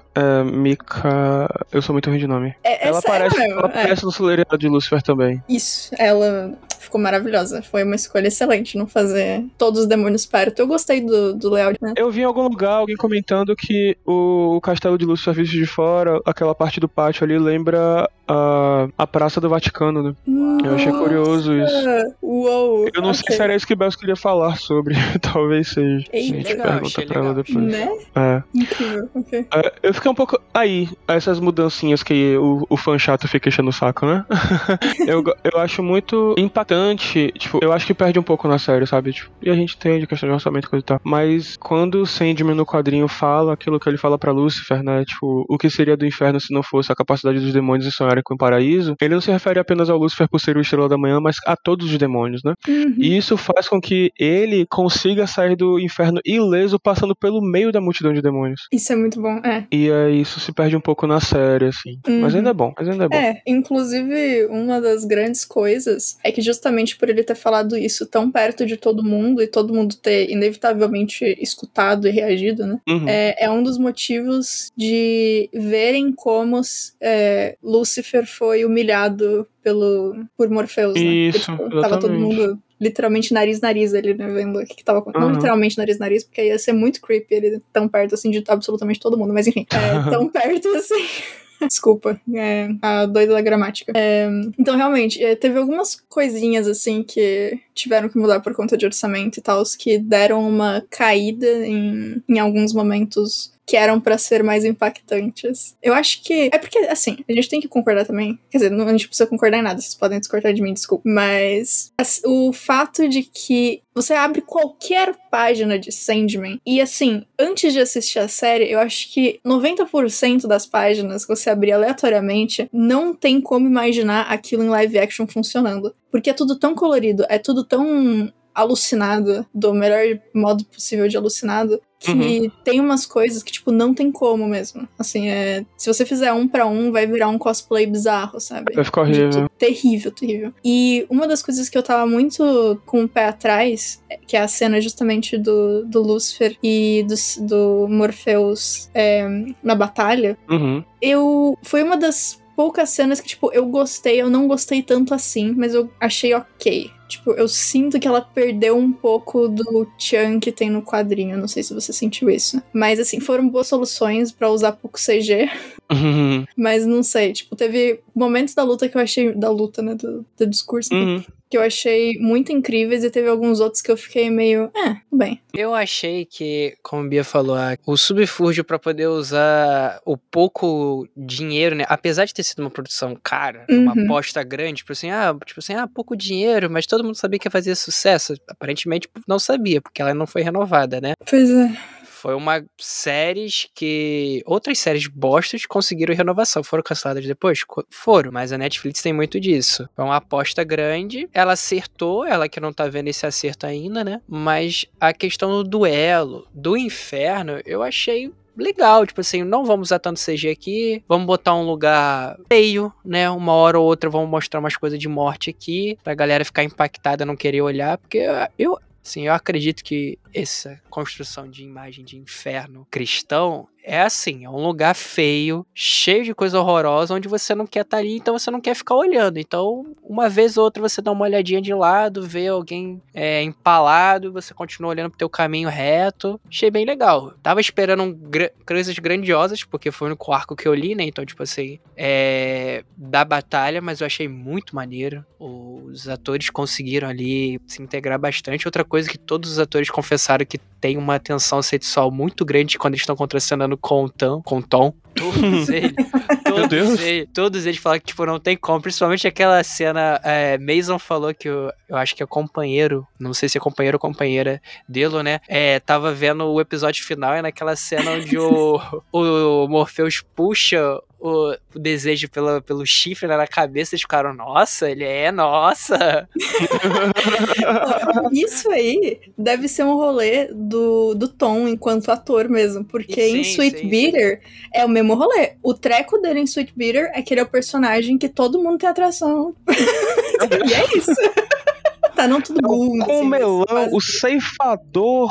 Mika... Eu sou muito ruim de nome. Ela aparece no Solariado de Lúcifer também. Isso, ela ficou maravilhosa. Foi uma escolha excelente não fazer todos os demônios perto. Eu gostei do layout, né? Eu vi em algum lugar alguém comentando que o castelo de Lúcifer visto de fora, aquela parte do pátio ali, lembra a Praça do Vaticano, né? Eu achei curioso isso. Uou! Eu não sei se era isso que Bells queria falar sobre. Talvez seja. Eita, a gente pergunta pra ela depois. Né? Incrível, ok. Eu fiquei um pouco... essas mudancinhas que o fã chato fica enchendo o saco, né? eu acho muito impactante. Tipo, eu acho que perde um pouco na série, sabe? Tipo, e a gente tem de questão de orçamento e coisa e tal. Mas quando o Sandman no quadrinho fala aquilo que ele fala pra Lúcifer, né? Tipo, o que seria do inferno se não fosse a capacidade dos demônios de sonharem com o paraíso? Ele não se refere apenas ao Lúcifer por ser o Estrela da Manhã, mas a todos os demônios, né? E isso faz com que ele consiga sair do inferno ileso, passando pelo meio da multidão de demônios. Isso é muito bom, E aí isso se perde um pouco na série, assim. Mas ainda é bom, inclusive, uma das grandes coisas é que justamente por ele ter falado isso tão perto de todo mundo e todo mundo ter inevitavelmente escutado e reagido, né? É um dos motivos de verem como Lúcifer foi humilhado por Morpheus, né? Isso, Porque, tipo, tava todo mundo literalmente nariz ali, né, vendo o que tava acontecendo. Não literalmente nariz, porque ia ser muito creepy ele tão perto, assim, de absolutamente todo mundo, mas enfim, tão perto, assim... Desculpa, a doida da gramática. Então, realmente, teve algumas coisinhas, assim, que tiveram que mudar por conta de orçamento e tal, que deram uma caída em alguns momentos que eram pra ser mais impactantes. Eu acho que... É porque, assim, a gente tem que concordar também. Quer dizer, a gente não precisa concordar em nada, vocês podem discordar de mim, desculpa. Mas o fato de que você abre qualquer página de Sandman e, assim, antes de assistir a série, eu acho que 90% das páginas que você abrir aleatoriamente não tem como imaginar aquilo em live action funcionando. Porque é tudo tão colorido, é tudo tão alucinado, do melhor modo possível de alucinado, que tem umas coisas que, tipo, não tem como mesmo. Assim, se você fizer 1 pra 1, vai virar um cosplay bizarro, sabe? Vai ficar horrível. Terrível. E uma das coisas que eu tava muito com o pé atrás, que é a cena justamente do Lúcifer e do Morpheus na batalha, foi uma das poucas cenas que, tipo, eu gostei, eu não gostei tanto assim, mas eu achei ok. Tipo, eu sinto que ela perdeu um pouco do tchan que tem no quadrinho. Não sei se você sentiu isso. Mas, assim, foram boas soluções pra usar pouco CG. Mas não sei, tipo, teve momentos da luta que eu achei... Da luta, né? Do discurso. Que eu achei muito incríveis e teve alguns outros que eu fiquei meio... tudo bem. Eu achei que, como a Bia falou, o subfúrdio pra poder usar o pouco dinheiro, né? Apesar de ter sido uma produção cara, uma aposta grande, tipo assim, pouco dinheiro, mas todo mundo sabia que ia fazer sucesso. Aparentemente não sabia, porque ela não foi renovada, né? Pois é. Foi uma séries que... Outras séries bostas conseguiram renovação. Foram canceladas depois? Foram. Mas a Netflix tem muito disso. Foi uma aposta grande. Ela acertou. Ela que não tá vendo esse acerto ainda, né? Mas a questão do duelo, do inferno, eu achei legal, tipo assim, não vamos usar tanto CG aqui, vamos botar um lugar feio, né, uma hora ou outra vamos mostrar umas coisas de morte aqui, pra galera ficar impactada, não querer olhar, porque eu acredito que essa construção de imagem de inferno cristão é assim, é um lugar feio, cheio de coisa horrorosa, onde você não quer estar ali, então você não quer ficar olhando. Então, uma vez ou outra você dá uma olhadinha de lado, vê alguém empalado, você continua olhando pro teu caminho reto. Achei bem legal. Tava esperando coisas grandiosas, porque foi o único arco que eu li, né? Então, tipo assim, da batalha, mas eu achei muito maneiro. Os atores conseguiram ali se integrar bastante. Outra coisa que todos os atores confessaram que tem uma tensão sexual muito grande quando eles estão contracenando com o Tom. Todos eles falaram que, tipo, não tem como. Principalmente aquela cena, Mason falou que eu acho que é companheiro, não sei se é companheiro ou companheira dele, né? Tava vendo o episódio final e naquela cena onde o Morpheus puxa o desejo pelo chifre, né, na cabeça, eles ficaram, nossa, nossa. Isso aí deve ser um rolê do Tom enquanto ator mesmo, porque em Sweet Beater é o mesmo rolê. O treco dele em Sweet Beater é que ele é o personagem que todo mundo tem atração. E é isso. Tá não tudo bom. O melão, assim, o ceifador.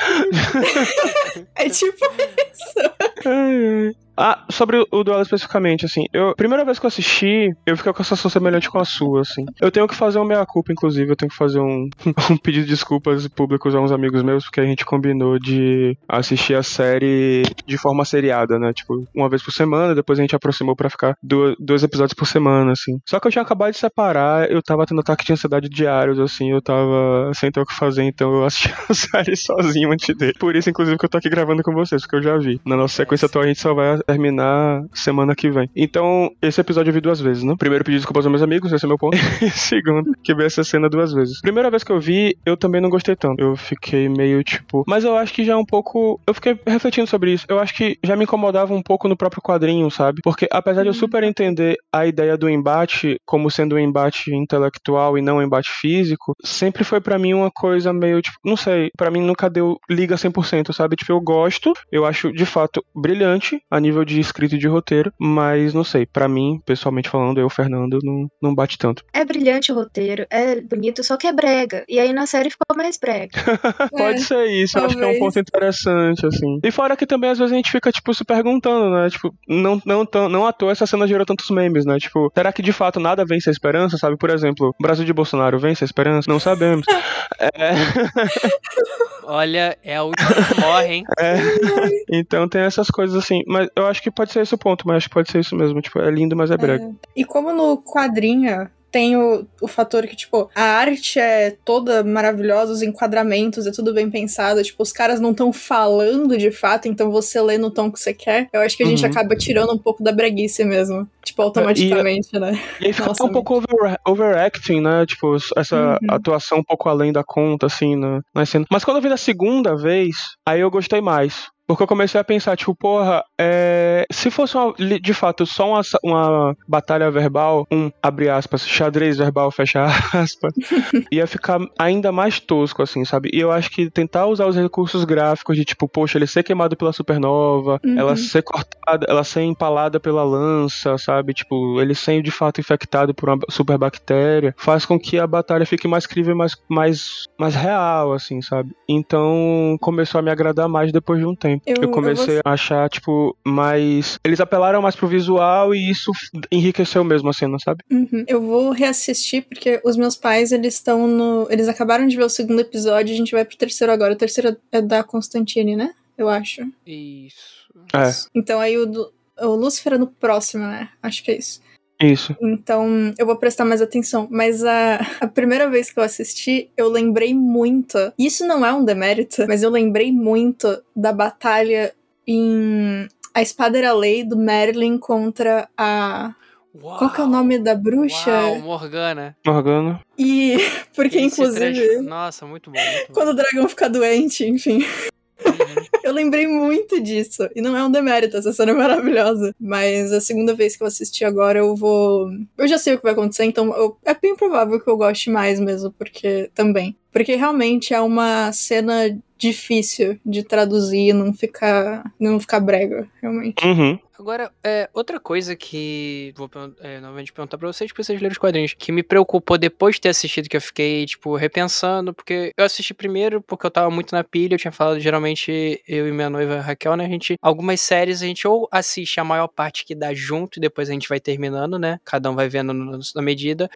É tipo isso. Sobre o duelo especificamente, assim, primeira vez que eu assisti, eu fiquei com a sensação semelhante com a sua, assim. Eu tenho que fazer uma meia-culpa, inclusive, eu tenho que fazer um pedido de desculpas públicos a uns amigos meus, porque a gente combinou de assistir a série de forma seriada, né, tipo, uma vez por semana, depois a gente aproximou pra ficar dois episódios por semana, assim. Só que eu tinha acabado de separar, eu tava tendo ataque de ansiedade diários, assim, eu tava sem ter o que fazer, então eu assisti a série sozinho antes dele. Por isso, inclusive, que eu tô aqui gravando com vocês, porque eu já vi. Na nossa sequência atual, a gente só vai terminar semana que vem. Então, esse episódio eu vi 2 vezes, né? Primeiro, pedir desculpas aos meus amigos, esse é meu ponto. E segundo, que vi essa cena 2 vezes. Primeira vez que eu vi, eu também não gostei tanto. Eu fiquei meio, tipo... Mas eu acho que já um pouco... Eu fiquei refletindo sobre isso. Eu acho que já me incomodava um pouco no próprio quadrinho, sabe? Porque, apesar de eu super entender a ideia do embate como sendo um embate intelectual e não um embate físico, sempre foi pra mim uma coisa meio, tipo... Não sei, pra mim nunca deu liga 100%, sabe? Tipo, eu gosto, eu acho, de fato, brilhante a nível de escrita e de roteiro, mas não sei, pra mim, pessoalmente falando, eu, Fernando, não bate tanto. É brilhante o roteiro, é bonito, só que é brega. E aí na série ficou mais brega. Pode ser isso, eu acho que é um ponto interessante, assim. E fora que também, às vezes, a gente fica, tipo, se perguntando, né? Tipo, não à toa essa cena gerou tantos memes, né? Tipo, será que de fato nada vence a esperança, sabe? Por exemplo, o Brasil de Bolsonaro vence a esperança? Não sabemos. Olha, é a última que morre, hein? Então tem essas coisas assim, mas eu acho que pode ser esse o ponto, mas acho que pode ser isso mesmo, tipo, é lindo, mas é brega. E como no quadrinho tem o fator que, tipo, a arte é toda maravilhosa, os enquadramentos, é tudo bem pensado, tipo, os caras não estão falando de fato, então você lê no tom que você quer, eu acho que a gente acaba tirando um pouco da breguice mesmo, tipo, automaticamente, né? E aí fica um pouco overacting, né, tipo, essa atuação um pouco além da conta, assim, na cena. Mas quando eu vi na segunda vez, aí eu gostei mais. Porque eu comecei a pensar, tipo, porra, se fosse de fato só uma batalha verbal, abre aspas, xadrez verbal, fecha aspas, ia ficar ainda mais tosco, assim, sabe? E eu acho que tentar usar os recursos gráficos de, tipo, poxa, ele ser queimado pela supernova, ela ser cortada, ela ser empalada pela lança, sabe? Tipo, ele ser de fato infectado por uma superbactéria, faz com que a batalha fique mais crível e mais real, assim, sabe? Então, começou a me agradar mais depois de um tempo. também. Eu comecei a achar, tipo, mais... Eles apelaram mais pro visual e isso enriqueceu mesmo a cena, sabe? Eu vou reassistir porque os meus pais, eles estão no... Eles acabaram de ver o segundo episódio e a gente vai pro terceiro agora. O terceiro é da Constantine, né? Eu acho. Isso. Então aí o Lúcifer é no próximo, né? Acho que é isso. Isso. Então, eu vou prestar mais atenção. Mas a primeira vez que eu assisti, eu lembrei muito... Isso não é um demérito, mas eu lembrei muito da batalha em... A Espada Era Lei, do Merlin contra a... Uau. Qual que é o nome da bruxa? Uau, Morgana. E... Porque, inclusive... Nossa, muito bom. Muito quando o dragão fica doente, enfim... Eu lembrei muito disso. E não é um demérito, essa cena é maravilhosa. Mas a segunda vez que eu assisti agora, eu já sei o que vai acontecer, então é bem provável que eu goste mais mesmo, porque realmente é uma cena difícil de traduzir e não ficar brega, realmente. Agora, outra coisa que vou novamente perguntar pra vocês, porque vocês leram os quadrinhos, que me preocupou depois de ter assistido, que eu fiquei, tipo, repensando, porque eu assisti primeiro porque eu tava muito na pilha, eu tinha falado, geralmente, eu e minha noiva Raquel, né, algumas séries a gente ou assiste a maior parte que dá junto e depois a gente vai terminando, né, cada um vai vendo na medida,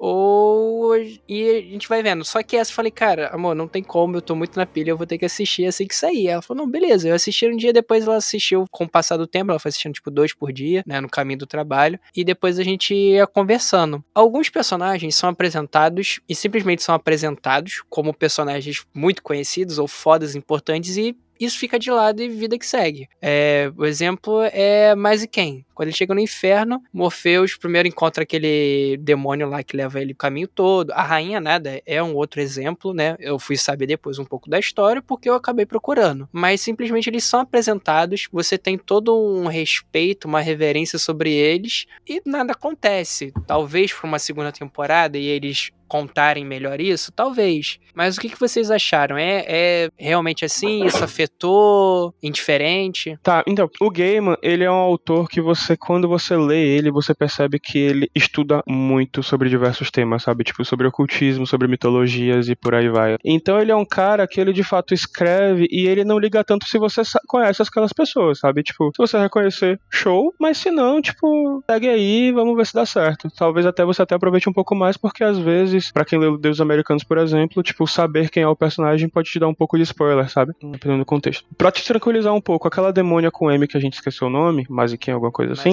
e a gente vai vendo. Só que essa eu falei, cara, amor, não tem como, eu tô muito na pilha, eu vou ter que assistir assim que sair. Ela falou, não, beleza, eu assisti um dia, depois ela assistiu com o passar do tempo, ela foi assistindo, tipo, 2 por dia, né, no caminho do trabalho, e depois a gente ia conversando. Alguns personagens são apresentados e simplesmente são apresentados como personagens muito conhecidos ou fodas importantes e isso fica de lado e vida que segue. O exemplo é Mazikeen. Quando ele chega no inferno, Morpheus primeiro encontra aquele demônio lá que leva ele o caminho todo. A Rainha Nada é um outro exemplo, né? Eu fui saber depois um pouco da história porque eu acabei procurando. Mas simplesmente eles são apresentados, você tem todo um respeito, uma reverência sobre eles e nada acontece. Talvez para uma segunda temporada e eles contarem melhor isso, talvez. Mas o que vocês acharam? É realmente assim? Isso afetou? Indiferente? Tá, então, o Gaiman, ele é um autor que quando você lê ele, você percebe que ele estuda muito sobre diversos temas, sabe? Tipo, sobre ocultismo, sobre mitologias e por aí vai. Então ele é um cara que ele de fato escreve e ele não liga tanto se você conhece aquelas pessoas, sabe? Tipo, se você reconhecer, show, mas se não, tipo, segue aí, vamos ver se dá certo. Talvez você até aproveite um pouco mais, porque às vezes, pra quem lê Deuses Americanos, por exemplo, tipo, saber quem é o personagem pode te dar um pouco de spoiler, sabe? Dependendo do contexto. Pra te tranquilizar um pouco, aquela demônia com M que a gente esqueceu o nome, Mazikeen, alguma coisa assim,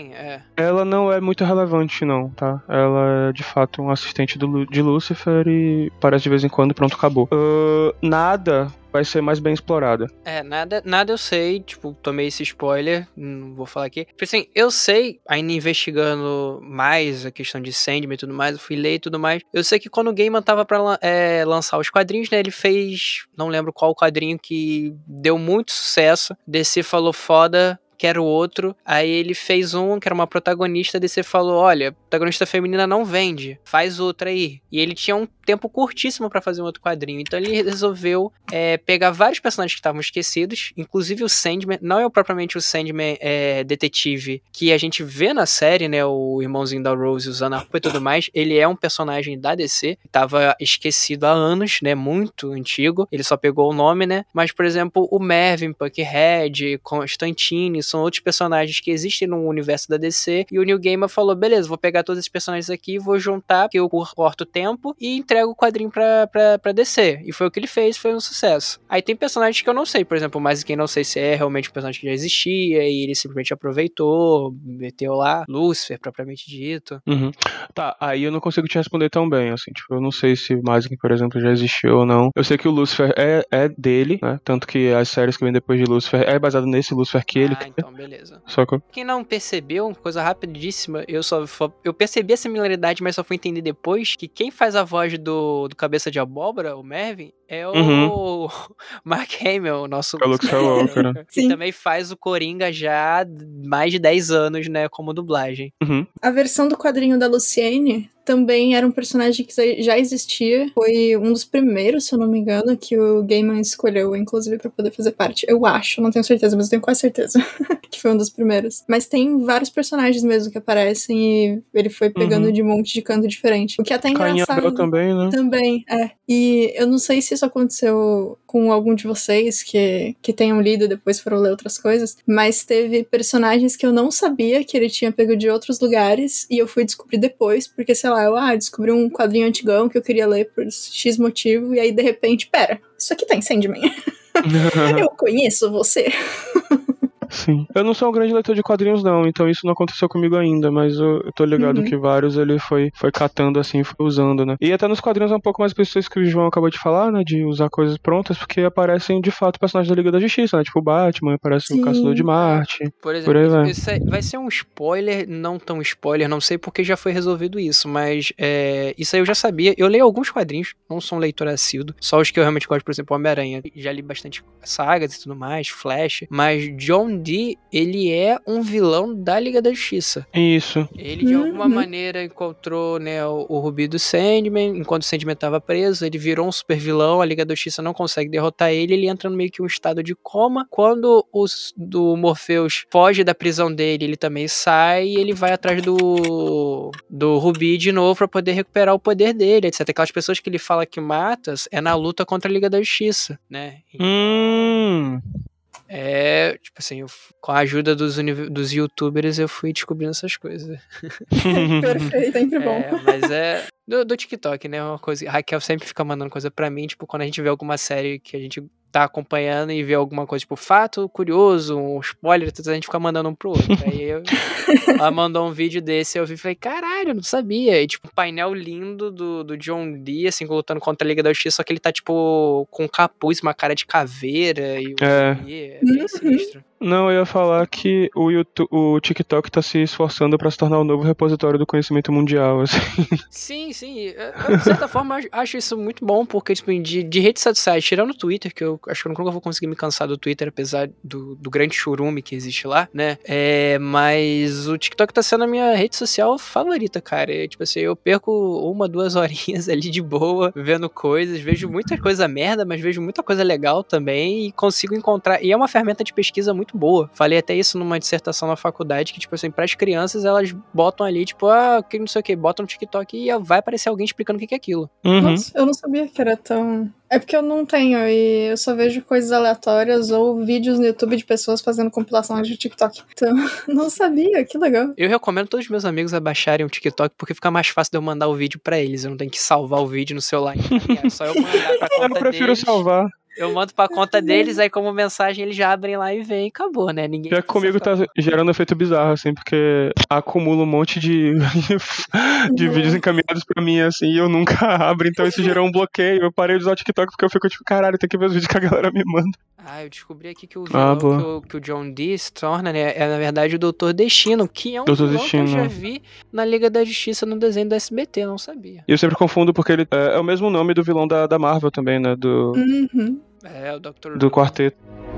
ela não é muito relevante não, tá? Ela é de fato um assistente de Lúcifer e parece de vez em quando, pronto, acabou. Nada vai ser mais bem explorada. Nada eu sei, tipo, tomei esse spoiler, não vou falar aqui. Tipo assim, eu sei, ainda investigando mais a questão de Sandman e tudo mais, eu fui ler e tudo mais, eu sei que quando o Gaiman tava pra lançar os quadrinhos, né, ele fez, não lembro qual quadrinho que deu muito sucesso, DC falou foda, quero outro, aí ele fez um que era uma protagonista, DC falou, olha, protagonista feminina não vende, faz outra aí. E ele tinha um tempo curtíssimo pra fazer um outro quadrinho, então ele resolveu pegar vários personagens que estavam esquecidos, inclusive o Sandman, não é propriamente o Sandman detetive que a gente vê na série, né, o irmãozinho da Rose usando a roupa e tudo mais, ele é um personagem da DC, tava esquecido há anos, né, muito antigo, ele só pegou o nome, né, mas por exemplo, o Mervyn, Puckhead, Constantine, são outros personagens que existem no universo da DC, e o Neil Gaiman falou, beleza, vou pegar todos esses personagens aqui, vou juntar, porque eu corto o tempo, e entrego o quadrinho pra DC, e foi o que ele fez, foi um sucesso. Aí tem personagens que eu não sei, por exemplo, mas quem não sei se é realmente um personagem que já existia, e ele simplesmente aproveitou, meteu lá, Lúcifer, propriamente dito. Tá, aí eu não consigo te responder tão bem, assim, tipo, eu não sei se Mazikeen, por exemplo, já existiu ou não. Eu sei que o Lúcifer é dele, né, tanto que as séries que vêm depois de Lúcifer é baseado nesse Lúcifer que ele então beleza. Só que... Quem não percebeu, coisa rapidíssima, eu percebi a similaridade, mas só fui entender depois que quem faz a voz do Cabeça de Abóbora, o Mervyn, é o Mark Hamill, o nosso Luke Skywalker, né? que também faz o Coringa já há mais de 10 anos, né, como dublagem. A versão do quadrinho da Luciene também era um personagem que já existia. Foi um dos primeiros, se eu não me engano, que o Gaiman escolheu, inclusive, pra poder fazer parte. Eu acho, não tenho certeza, mas eu tenho quase certeza que foi um dos primeiros. Mas tem vários personagens mesmo que aparecem e ele foi pegando de um monte de canto diferente. O que é até engraçado. Abel também, né? Também, é. E eu não sei se isso aconteceu com algum de vocês que tenham lido e depois foram ler outras coisas, mas teve personagens que eu não sabia que ele tinha pego de outros lugares e eu fui descobrir depois, porque, sei lá, eu descobri um quadrinho antigão que eu queria ler por X motivo, e aí, de repente, pera, isso aqui tá em Sandman. Eu conheço você. Sim. Eu não sou um grande leitor de quadrinhos, não, então isso não aconteceu comigo ainda, mas eu tô ligado que vários ele foi catando assim, foi usando, né? E até nos quadrinhos é um pouco mais preciso que o João acabou de falar, né? De usar coisas prontas, porque aparecem de fato personagens da Liga da Justiça, né? Tipo o Batman, aparece o Caçador de Marte. Por exemplo, por aí isso vai ser um spoiler, não tão spoiler, não sei porque já foi resolvido isso, mas isso aí eu já sabia. Eu leio alguns quadrinhos, não sou um leitor assíduo, só os que eu realmente gosto, por exemplo, Homem-Aranha. Já li bastante sagas e tudo mais, Flash, mas John Dee, ele é um vilão da Liga da Justiça. Isso. Ele, de alguma maneira, encontrou, né, o Rubi do Sandman. Enquanto o Sandman estava preso, ele virou um super vilão. A Liga da Justiça não consegue derrotar ele. Ele entra no meio que um estado de coma. Quando do Morpheus foge da prisão dele, ele também sai. E ele vai atrás do Rubi de novo para poder recuperar o poder dele, etc. Aquelas pessoas que ele fala que mata é na luta contra a Liga da Justiça, né? Tipo assim, com a ajuda dos youtubers eu fui descobrindo essas coisas. Perfeito, sempre bom. Mas do TikTok, né? Uma coisa. A Raquel sempre fica mandando coisa pra mim, tipo, quando a gente vê alguma série que a gente tá acompanhando e vê alguma coisa, tipo, fato curioso, um spoiler, a gente fica mandando um pro outro. Aí ela mandou um vídeo desse, eu vi e falei, caralho, eu não sabia. E, tipo, um painel lindo do John Dee, assim, lutando contra a Liga da Justiça, só que ele tá, tipo, com um capuz, uma cara de caveira e é bem sinistro. Não, eu ia falar que o TikTok tá se esforçando pra se tornar o novo repositório do conhecimento mundial, assim. Sim. Eu, de certa forma, acho isso muito bom, porque, tipo, de redes sociais, tirando o Twitter, que eu acho que eu nunca vou conseguir me cansar do Twitter, apesar do grande churume que existe lá, né? Mas o TikTok tá sendo a minha rede social favorita, cara. Tipo assim, eu perco 1, 2 horinhas ali de boa, vendo coisas, vejo muita coisa merda, mas vejo muita coisa legal também e consigo encontrar. E é uma ferramenta de pesquisa muito boa. Falei até isso numa dissertação na faculdade, que, tipo assim, pras crianças, elas botam ali, tipo, que não sei o que, botam no TikTok e vai aparecer alguém explicando o que é aquilo. Nossa, eu não sabia que era tão... É porque eu não tenho, e eu só vejo coisas aleatórias ou vídeos no YouTube de pessoas fazendo compilações de TikTok. Então, não sabia, que legal. Eu recomendo todos os meus amigos a baixarem o TikTok, porque fica mais fácil de eu mandar o vídeo pra eles. Eu não tenho que salvar o vídeo no celular. É só eu mandar pra conta deles. Eu prefiro salvar. Eu mando pra conta deles, aí como mensagem eles já abrem lá e vem, acabou, né? Ninguém. Já comigo tá gerando efeito bizarro, assim, porque acumula um monte de vídeos encaminhados pra mim, assim, e eu nunca abro, então isso gerou um bloqueio. Eu parei de usar o TikTok porque eu fico tipo, caralho, tem que ver os vídeos que a galera me manda. Eu descobri aqui que o vilão que o John Dee se torna, né, na verdade o Doutor Destino, que é um vilão que eu já vi na Liga da Justiça no desenho do SBT, não sabia. E eu sempre confundo porque ele é o mesmo nome do vilão da Marvel também, né, o Dr. do quarteto.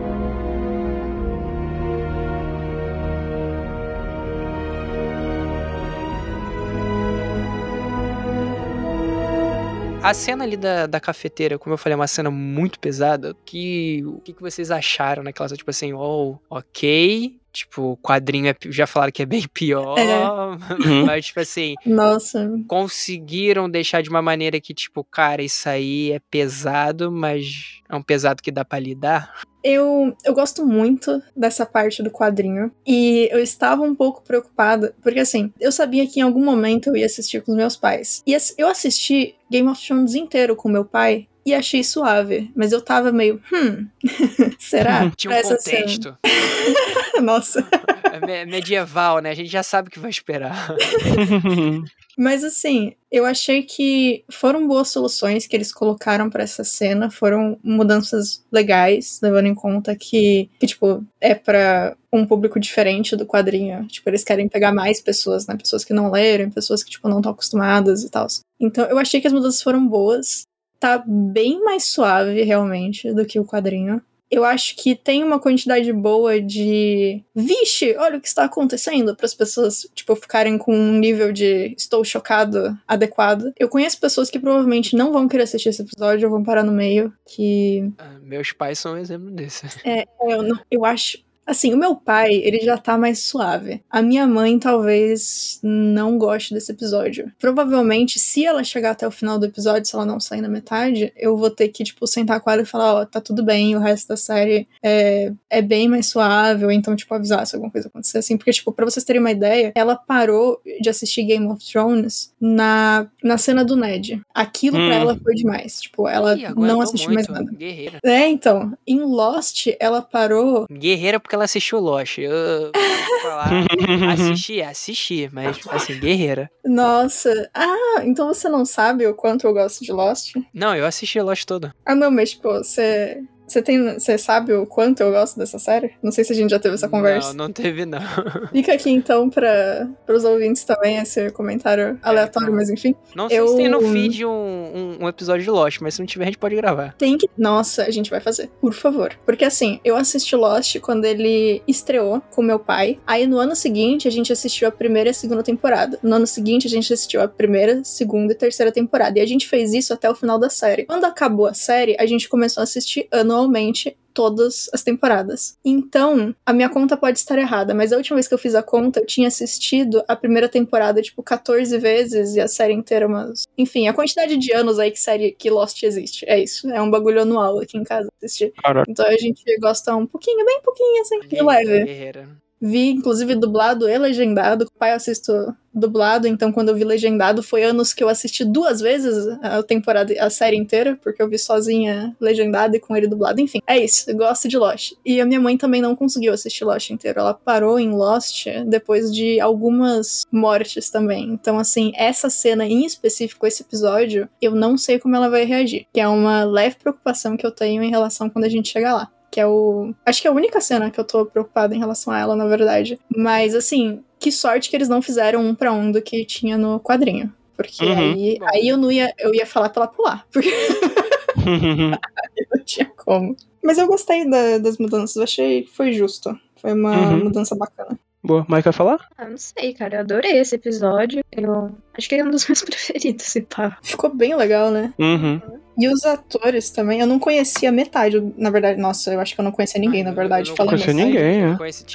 A cena ali da cafeteira, como eu falei, é uma cena muito pesada. O que vocês acharam naquela cena? Tipo assim, ok. Tipo, o quadrinho já falaram que é bem pior. Mas, tipo assim... Nossa. Conseguiram deixar de uma maneira que, tipo, cara, isso aí é pesado, mas é um pesado que dá pra lidar. Eu gosto muito dessa parte do quadrinho. E eu estava um pouco preocupada, porque assim, eu sabia que em algum momento eu ia assistir com os meus pais. E eu assisti Game of Thrones inteiro com meu pai e achei suave. Mas eu tava meio, será? Tinha um contexto. Nossa. É medieval, né? A gente já sabe o que vai esperar. Mas assim, eu achei que foram boas soluções que eles colocaram pra essa cena, foram mudanças legais, levando em conta que tipo, é pra um público diferente do quadrinho. Tipo, eles querem pegar mais pessoas, né? Pessoas que não leram, pessoas que, tipo, não estão acostumadas e tal. Então, eu achei que as mudanças foram boas. Tá bem mais suave, realmente, do que o quadrinho. eu acho que tem uma quantidade boa de vixe, olha o que está acontecendo, para as pessoas, tipo, ficarem com um nível de estou chocado adequado. Eu conheço pessoas que provavelmente não vão querer assistir esse episódio, ou vão parar no meio, que... Meus pais são um exemplo desse. Eu acho... Assim, o meu pai, ele já tá mais suave. A minha mãe talvez não goste desse episódio. Provavelmente, se ela chegar até o final do episódio, se ela não sair na metade, eu vou ter que, tipo, sentar com ela e falar, ó, tá tudo bem, o resto da série é bem mais suave, ou então, tipo, avisar se alguma coisa acontecer, assim. Porque, tipo, pra vocês terem uma ideia, ela parou de assistir Game of Thrones na cena do Ned. Aquilo pra ela foi demais. Tipo, ela não assistiu mais nada. Guerreira. Então, em Lost, ela parou... Guerreira porque ela assistiu Lost. Eu vou falar, assisti, mas assim, guerreira. Nossa. Ah, então você não sabe o quanto eu gosto de Lost? Não, eu assisti Lost toda. Ah, não, mas tipo, você sabe o quanto eu gosto dessa série? Não sei se a gente já teve essa conversa. Não teve, não. Fica aqui então para os ouvintes também esse comentário aleatório, mas enfim. Não sei se tem no feed um episódio de Lost, mas se não tiver a gente pode gravar. Tem que... Nossa, a gente vai fazer, por favor. Porque assim, eu assisti Lost quando ele estreou com meu pai. Aí no ano seguinte a gente assistiu a primeira e a segunda temporada. No ano seguinte a gente assistiu a primeira, segunda e terceira temporada. E a gente fez isso até o final da série. Quando acabou a série, a gente começou a assistir anualmente todas as temporadas. Então, a minha conta pode estar errada, mas a última vez que eu fiz a conta, eu tinha assistido a primeira temporada, tipo, 14 vezes, e a série inteira umas... Enfim, a quantidade de anos aí que Lost existe. É isso. É um bagulho anual aqui em casa assistir. Caraca. Então a gente gosta um pouquinho, bem pouquinho, assim, de leve. Guerreira. Vi, inclusive, dublado e legendado. Com o pai eu assisto dublado, então quando eu vi legendado foi anos que eu assisti 2 vezes a série inteira, porque eu vi sozinha legendado e com ele dublado. Enfim, é isso, eu gosto de Lost. E a minha mãe também não conseguiu assistir Lost inteiro. Ela parou em Lost depois de algumas mortes também. Então, assim, essa cena em específico, esse episódio, eu não sei como ela vai reagir. Que é uma leve preocupação que eu tenho em relação quando a gente chegar lá. Que é acho que é a única cena que eu tô preocupada em relação a ela, na verdade. Mas, assim, que sorte que eles não fizeram 1 pra 1 do que tinha no quadrinho. Porque aí eu ia falar pra ela pular. Porque não tinha como. Mas eu gostei das mudanças, eu achei que foi justo. Foi uma mudança bacana. Boa, Mike quer falar? Não sei, cara, eu adorei esse episódio. Eu acho que ele é um dos meus preferidos, esse pá. Ficou bem legal, né? E os atores também, eu não conhecia metade, na verdade, nossa, eu acho que eu não conhecia ninguém, na verdade. Eu não conhecia ninguém, Eu conheci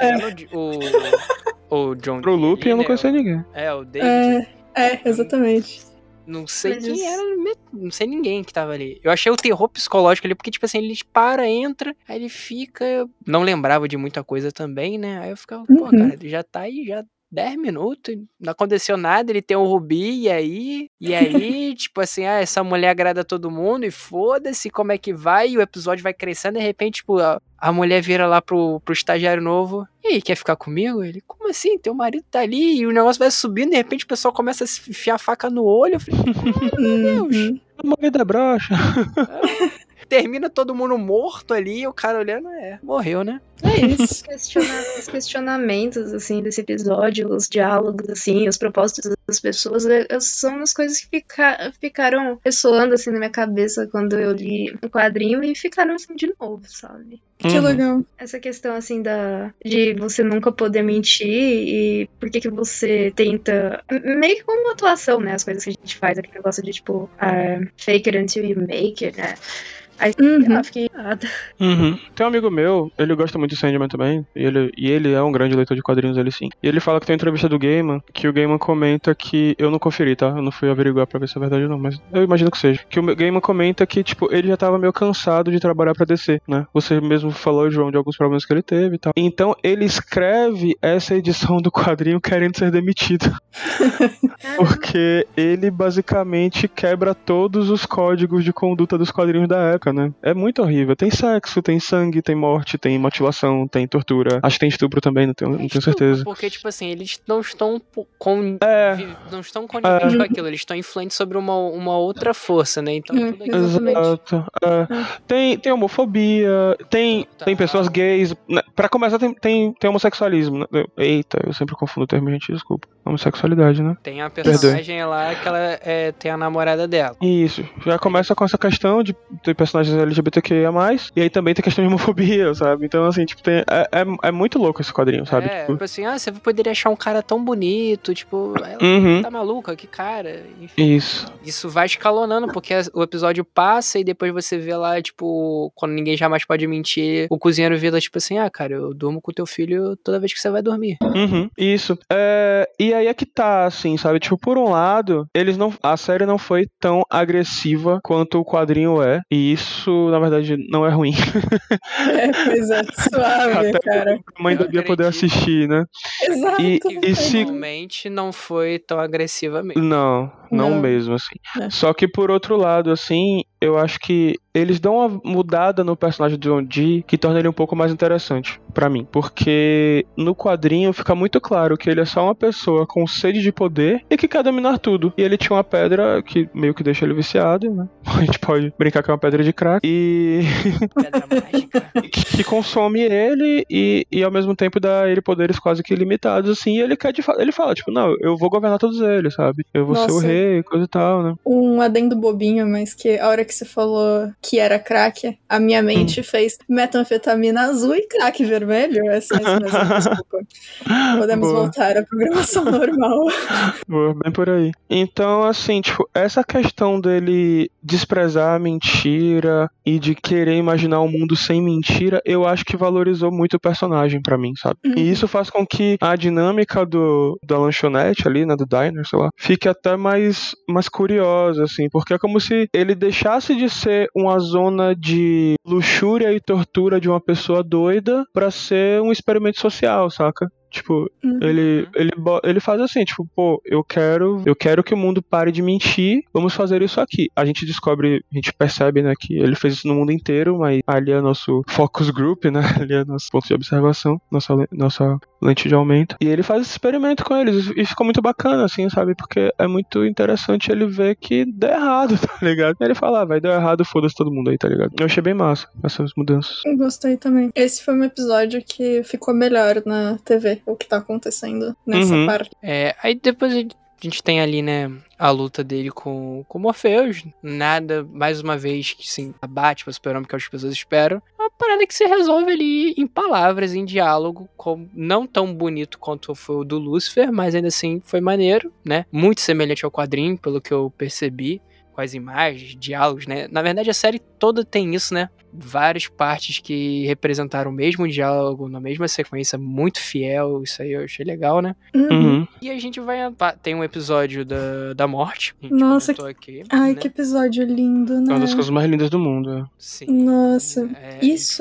o John Pro Loop eu não conhecia ninguém. O David. Exatamente. Não sei quem era, não sei ninguém que tava ali. Eu achei o terror psicológico ali, porque, tipo assim, ele entra, aí ele fica... Eu não lembrava de muita coisa também, né? Aí eu ficava, pô, cara, ele já tá aí, já 10 minutos, não aconteceu nada, ele tem um rubi, e aí, tipo assim, essa mulher agrada todo mundo, e foda-se como é que vai, e o episódio vai crescendo, de repente, tipo, a mulher vira lá pro estagiário novo, e aí, quer ficar comigo? Ele, como assim? Teu marido tá ali, e o negócio vai subindo, de repente o pessoal começa a se enfiar a faca no olho, eu falei, meu Deus. O marido é broxa. Termina todo mundo morto ali, e o cara olhando, morreu, né? É isso. Os questionamentos, assim, desse episódio, os diálogos, assim, os propósitos das pessoas, são umas coisas que ficaram ressoando, assim, na minha cabeça quando eu li o quadrinho e ficaram, assim, de novo, sabe? Que legal. Essa questão, assim, de você nunca poder mentir e por que você tenta... Meio que como uma atuação, né? As coisas que a gente faz, aquele negócio de, tipo, fake it until you make it, né? Aí eu fiquei nada. Tem um amigo meu, ele gosta muito de Sandman também, e ele é um grande leitor de quadrinhos, ele sim. E ele fala que tem uma entrevista do Gaiman, que o Gaiman comenta que... Eu não conferi, tá? Eu não fui averiguar pra ver se é verdade ou não, mas eu imagino que seja. Que o Gaiman comenta que, tipo, ele já tava meio cansado de trabalhar pra DC, né? Você mesmo falou, João, de alguns problemas que ele teve e tal. Então, ele escreve essa edição do quadrinho querendo ser demitido. Porque ele basicamente quebra todos os códigos de conduta dos quadrinhos da época, né? É muito horrível. Tem sexo, tem sangue, tem morte, tem mutilação, tem tortura. Acho que tem estupro também, não tenho certeza. Porque, tipo assim, eles não estão não estão coniventes com aquilo, eles estão influentes sobre uma outra força, né? Então tudo aquilo... Exato. Tem homofobia, tem pessoas gays. Né? Pra começar, tem homossexualismo, né? Eita, eu sempre confundo o termo, gente, desculpa. homossexualidade, né? Tem a personagem lá que ela tem a namorada dela. Isso, já começa com essa questão de ter personagens LGBTQIA+, e aí também tem questão de homofobia, sabe? Então, assim, tipo, é muito louco esse quadrinho, sabe? Tipo assim, você poderia achar um cara tão bonito, tipo, ela tá maluca, que cara, enfim. Isso vai escalonando, porque o episódio passa e depois você vê lá, tipo, quando ninguém jamais pode mentir, o cozinheiro vira, tipo assim, cara, eu durmo com teu filho toda vez que você vai dormir. Isso. E aí é que tá, assim, sabe? Tipo, por um lado, a série não foi tão agressiva quanto o quadrinho é, e isso, na verdade, não é ruim. Pois é, suave, até cara. A mãe devia poder assistir, né? Exato. E se... Realmente não foi tão agressiva mesmo. Não mesmo, assim. Só que por outro lado, assim, eu acho que eles dão uma mudada no personagem do John Dee que torna ele um pouco mais interessante pra mim. Porque no quadrinho fica muito claro que ele é só uma pessoa com sede de poder e que quer dominar tudo. E ele tinha uma pedra que meio que deixa ele viciado, né? A gente pode brincar que é uma pedra de crack. E... pedra mágica. que consome ele e ao mesmo tempo dá ele poderes quase que ilimitados, assim. E ele fala, tipo, não, eu vou governar todos eles, sabe? Eu vou ser o rei, coisa e tal, né? Um adendo bobinho, mas que a hora que você falou que era crack, a minha mente fez metanfetamina azul e crack vermelho. É só isso mesmo, desculpa. Podemos voltar à programação normal. Boa, bem por aí. Então, assim, tipo, essa questão dele desprezar a mentira e de querer imaginar um mundo sem mentira, eu acho que valorizou muito o personagem pra mim, sabe? E isso faz com que a dinâmica da lanchonete ali, né, do diner, sei lá, fique até mais curiosa, assim, porque é como se ele deixasse de ser uma zona de luxúria e tortura de uma pessoa doida pra ser um experimento social, saca? Tipo, ele faz assim, tipo, pô, eu quero que o mundo pare de mentir, vamos fazer isso aqui. A gente percebe, né, que ele fez isso no mundo inteiro, mas ali é nosso focus group, né, ali é nosso ponto de observação, nossa lente de aumento. E ele faz esse experimento com eles, e ficou muito bacana, assim, sabe, porque é muito interessante ele ver que deu errado, tá ligado? E ele fala, vai dar errado, foda-se todo mundo aí, tá ligado? Eu achei bem massa essas mudanças. Eu gostei também. Esse foi um episódio que ficou melhor na TV, o que tá acontecendo nessa parte. Aí depois a gente tem ali, né, a luta dele com Morpheus. Nada, mais uma vez, que sim, abate o super-homem que as pessoas esperam. É uma parada que se resolve ali em palavras, em diálogo, não tão bonito quanto foi o do Lúcifer, mas ainda assim foi maneiro, né? Muito semelhante ao quadrinho, pelo que eu percebi, com as imagens, diálogos, né? Na verdade, a série toda tem isso, né? Várias partes que representaram o mesmo diálogo, na mesma sequência, muito fiel. Isso aí eu achei legal, né? E a gente vai... Tem um episódio da morte. A gente comentou aqui. Ai, né? que episódio lindo, né? É uma das coisas mais lindas do mundo. Sim. Nossa, isso...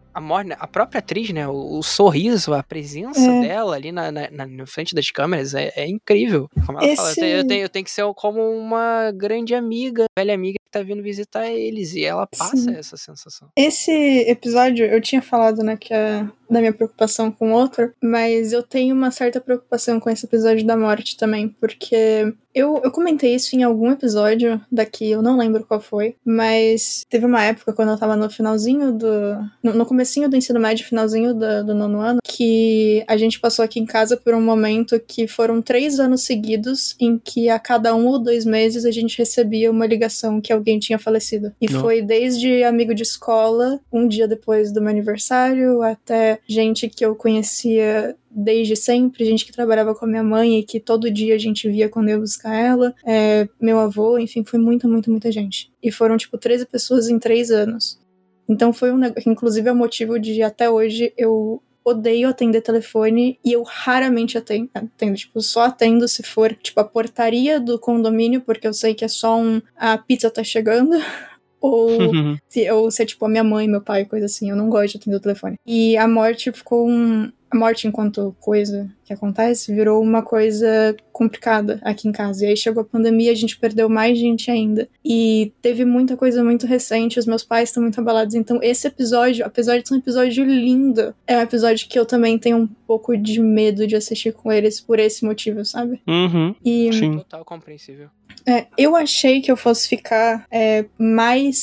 A própria atriz, né? O sorriso, a presença dela ali na frente das câmeras é incrível. Como ela fala, eu tenho que ser como uma grande amiga, velha amiga que tá vindo visitar eles. E ela passa essa sensação. Esse episódio, eu tinha falado, né, que é da minha preocupação com outro, mas eu tenho uma certa preocupação com esse episódio da morte também, porque eu comentei isso em algum episódio daqui, eu não lembro qual foi, mas teve uma época quando eu tava no finalzinho no comecinho do ensino médio, finalzinho do nono ano, que a gente passou aqui em casa por um momento que foram 3 anos seguidos em que a cada 1 ou 2 meses a gente recebia uma ligação que alguém tinha falecido. E foi desde amigo de escola, um dia depois do meu aniversário, até gente que eu conhecia desde sempre, gente que trabalhava com a minha mãe e que todo dia a gente via quando eu ia buscar ela, meu avô, enfim, foi muita gente. E foram, 13 pessoas em 3 anos. Então foi um negócio, inclusive é o motivo de até hoje eu odeio atender telefone e eu raramente atendo, só atendo se for, a portaria do condomínio, porque eu sei que é só a pizza tá chegando, ou se é a minha mãe, meu pai, coisa assim, eu não gosto de atender o telefone. E a morte ficou a morte enquanto coisa que acontece virou uma coisa complicada aqui em casa. E aí chegou a pandemia, a gente perdeu mais gente ainda. E teve muita coisa muito recente, os meus pais estão muito abalados. Então esse episódio, apesar de ser um episódio lindo, é um episódio que eu também tenho um pouco de medo de assistir com eles por esse motivo, sabe? Sim. Total compreensível. Eu achei que eu fosse ficar mais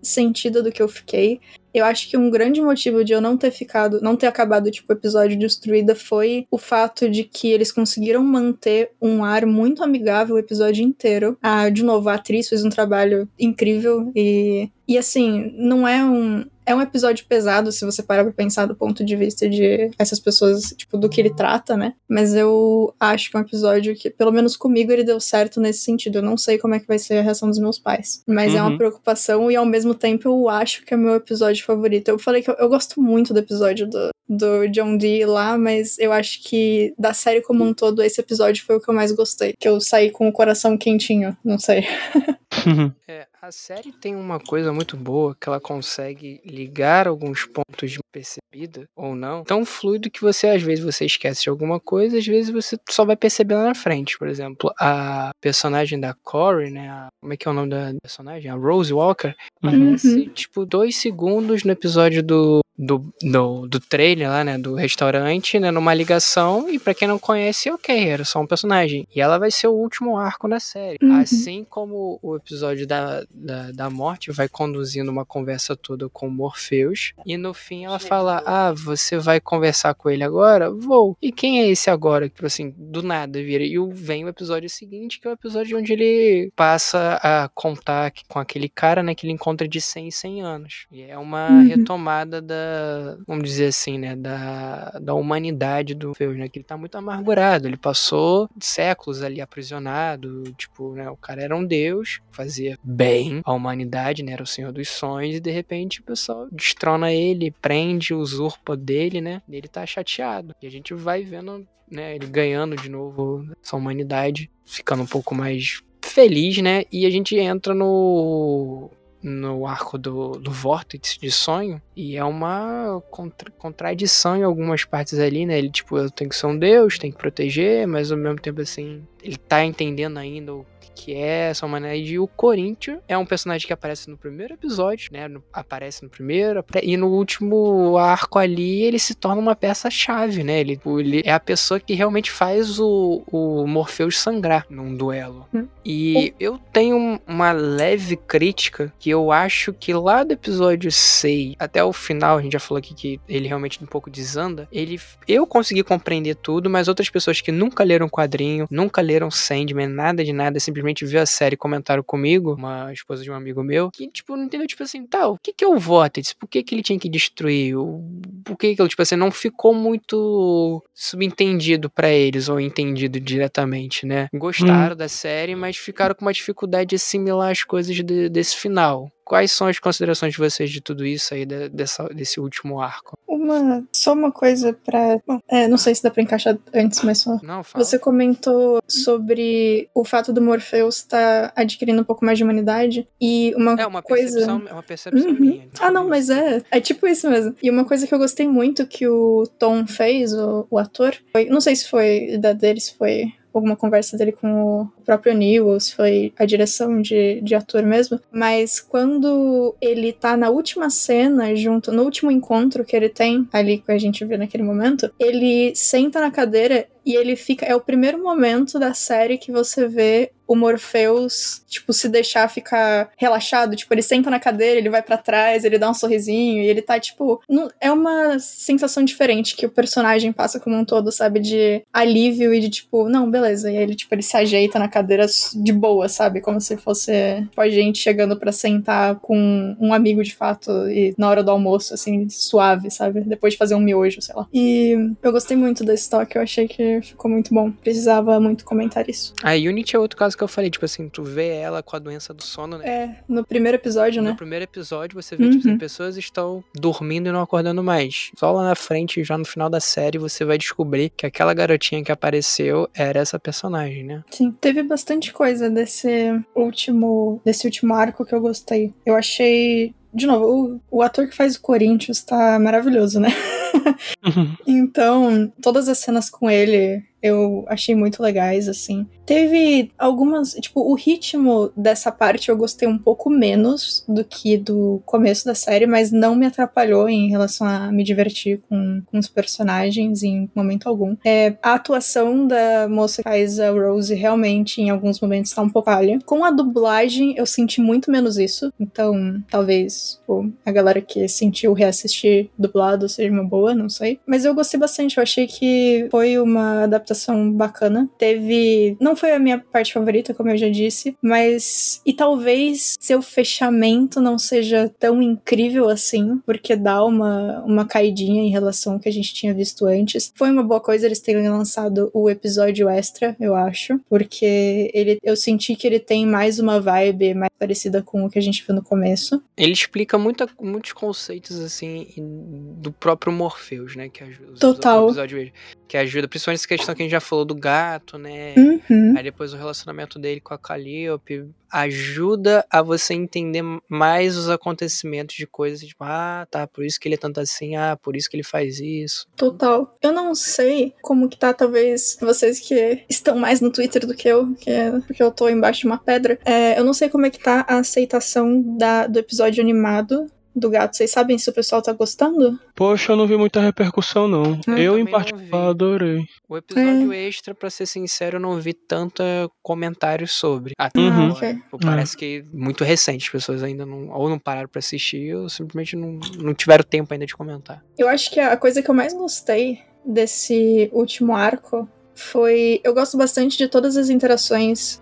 sentida do que eu fiquei. Eu acho que um grande motivo de eu não ter acabado, tipo, o episódio Destruída foi o fato de que eles conseguiram manter um ar muito amigável o episódio inteiro. De novo, a atriz fez um trabalho incrível e assim, não é um... É um episódio pesado, se você parar pra pensar do ponto de vista de essas pessoas, tipo, do que ele trata, né? Mas eu acho que é um episódio que, pelo menos comigo, ele deu certo nesse sentido. Eu não sei como é que vai ser a reação dos meus pais. Mas é uma preocupação e, ao mesmo tempo, eu acho que é o meu episódio favorito. Eu falei que eu gosto muito do episódio do John Dee lá, mas eu acho que da série como um todo, esse episódio foi o que eu mais gostei. Que eu saí com o coração quentinho, não sei. A série tem uma coisa muito boa, que ela consegue ligar alguns pontos de percebida ou não, tão fluido que às vezes você esquece de alguma coisa, às vezes você só vai perceber lá na frente. Por exemplo, a personagem da Corey, né, como é que é o nome da personagem? A Rose Walker, aparece tipo 2 segundos no episódio do trailer lá, né, do restaurante, né, numa ligação, e pra quem não conhece, ok, era só um personagem. E ela vai ser o último arco na série. Assim como o episódio da morte vai conduzindo uma conversa toda com o Morpheus, e no fim ela fala, você vai conversar com ele agora? Vou. E quem é esse agora? Tipo assim, do nada vira. E vem o episódio seguinte, que é o episódio onde ele passa a contar com aquele cara, né, que ele encontra de 100 em 100 anos. E é uma retomada vamos dizer assim, né, da humanidade do Morpheus, né, que ele tá muito amargurado. Ele passou séculos ali aprisionado, tipo, né, o cara era um deus, fazia bem à humanidade, né, era o Senhor dos Sonhos, e de repente o pessoal destrona ele, prende, usurpa dele, né, e ele tá chateado. E a gente vai vendo, né, ele ganhando de novo essa humanidade, ficando um pouco mais feliz, né, e a gente entra no arco do vórtice de sonho, e é uma contradição em algumas partes ali, né? Ele, tipo, eu tenho que ser um deus, tenho que proteger, mas ao mesmo tempo, assim, ele tá entendendo ainda o que é essa humanidade. E o Corinthians é um personagem que aparece no primeiro episódio, né? Aparece no primeiro, e no último arco ali, ele se torna uma peça-chave, né? Ele é a pessoa que realmente faz o Morpheus sangrar num duelo. E eu tenho uma leve crítica, que eu acho que lá do episódio 6 até o final, a gente já falou aqui que ele realmente um pouco desanda, eu consegui compreender tudo, mas outras pessoas que nunca leram quadrinho, nunca leram Sandman, nada de nada, simplesmente viu a série e comentaram comigo, uma esposa de um amigo meu, que, tipo, não entendeu, tipo assim, o que é o Vórtice? Por que ele tinha que destruir? Por que ele, tipo assim, não ficou muito subentendido pra eles, ou entendido diretamente, né? Gostaram da série, mas ficaram com uma dificuldade de assimilar as coisas desse final. Quais são as considerações de vocês de tudo isso aí, desse último arco? Só uma coisa pra... Bom, não sei se dá pra encaixar antes, mas só... Não, fala. Você comentou sobre o fato do Morpheus estar adquirindo um pouco mais de humanidade, e uma coisa... É uma percepção minha. Não, mas é tipo isso mesmo. E uma coisa que eu gostei muito que o Tom fez, o ator, não sei se foi da dele, se foi alguma conversa dele com o próprio Neil, ou se foi a direção de ator mesmo, mas quando ele tá na última cena, no último encontro que ele tem ali, que a gente vê naquele momento, ele senta na cadeira e ele fica... É o primeiro momento da série que você vê o Morpheus, tipo, se deixar ficar relaxado. Tipo, ele senta na cadeira, ele vai pra trás, ele dá um sorrisinho, e ele tá, tipo... É uma sensação diferente que o personagem passa como um todo, sabe? De alívio e de, tipo, não, beleza. E aí ele, tipo, ele se ajeita na cadeira de boa, sabe? Como se fosse, tipo, a gente chegando pra sentar com um amigo de fato, e na hora do almoço, assim, suave, sabe? Depois de fazer um miojo, sei lá. E eu gostei muito desse toque, eu achei que ficou muito bom. Precisava muito comentar isso. A Unity é outro caso que eu falei, tipo assim, tu vê ela com a doença do sono, né? No primeiro episódio, né? No primeiro episódio você vê, tipo, as pessoas estão dormindo e não acordando mais. Só lá na frente, já no final da série, você vai descobrir que aquela garotinha que apareceu era essa personagem, né? Sim, teve bastante coisa desse último arco que eu gostei. Eu achei... De novo, o ator que faz o Corinthians tá maravilhoso, né? Então, todas as cenas com ele, eu achei muito legais, assim. Teve algumas, tipo, o ritmo dessa parte eu gostei um pouco menos do que do começo da série, mas não me atrapalhou em relação a me divertir com os personagens em momento algum. A atuação da moça que faz a Rose realmente, em alguns momentos, tá um pouco falha. Com a dublagem, eu senti muito menos isso, então talvez a galera que sentiu reassistir dublado seja uma boa, não sei. Mas eu gostei bastante, eu achei que foi uma adaptação bacana. Não foi a minha parte favorita, como eu já disse, mas... E talvez seu fechamento não seja tão incrível assim, porque dá uma caidinha em relação ao que a gente tinha visto antes. Foi uma boa coisa eles terem lançado o episódio extra, eu acho, porque eu senti que ele tem mais uma vibe mais parecida com o que a gente viu no começo. Ele explica muitos conceitos, assim, do próprio Morpheus, né? Que ajuda. Total. O episódio que ajuda, principalmente essa questão que a gente já falou do gato, né? Uhum. Aí depois o relacionamento dele com a Calliope ajuda a você entender mais os acontecimentos de coisas, tipo, tá, por isso que ele é tanto assim, por isso que ele faz isso. Total. Eu não sei como que tá, talvez, vocês que estão mais no Twitter do que eu, porque eu tô embaixo de uma pedra, eu não sei como é que tá a aceitação do episódio animado do gato. Vocês sabem se o pessoal tá gostando? Poxa, eu não vi muita repercussão, não. Eu, em particular, adorei. O episódio extra, pra ser sincero, eu não vi tanto comentários sobre. Até Uhum. agora. Parece que muito recente. As pessoas ainda não pararam pra assistir ou simplesmente não tiveram tempo ainda de comentar. Eu acho que a coisa que eu mais gostei desse último arco foi... Eu gosto bastante de todas as interações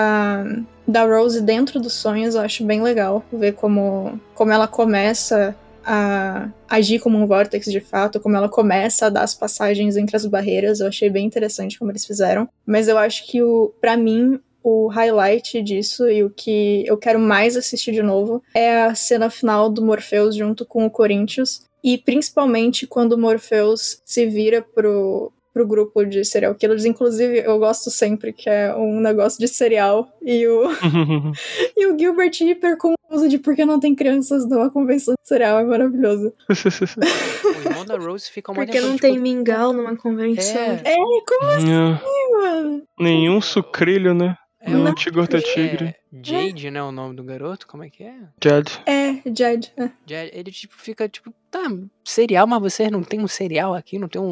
da Rose dentro dos sonhos. Eu acho bem legal ver como ela começa a agir como um vórtice de fato, como ela começa a dar as passagens entre as barreiras. Eu achei bem interessante como eles fizeram. Mas eu acho que, pra mim, o highlight disso e o que eu quero mais assistir de novo é a cena final do Morpheus junto com o Corinthians. E principalmente quando o Morpheus se vira pro grupo de serial killers. Inclusive, eu gosto sempre que é um negócio de serial. E o Gilbert hiper confuso de por que não tem crianças numa convenção de serial. É maravilhoso. O irmão da Rose fica uma Porque não tem mingau numa convenção. Como assim, mano? Nenhum sucrilho, né? No antigo tigre. Jade, né? O nome do garoto? Como é que é? Jed. Jed. Ele fica tá, cereal, mas vocês não tem um cereal aqui? Não tem um...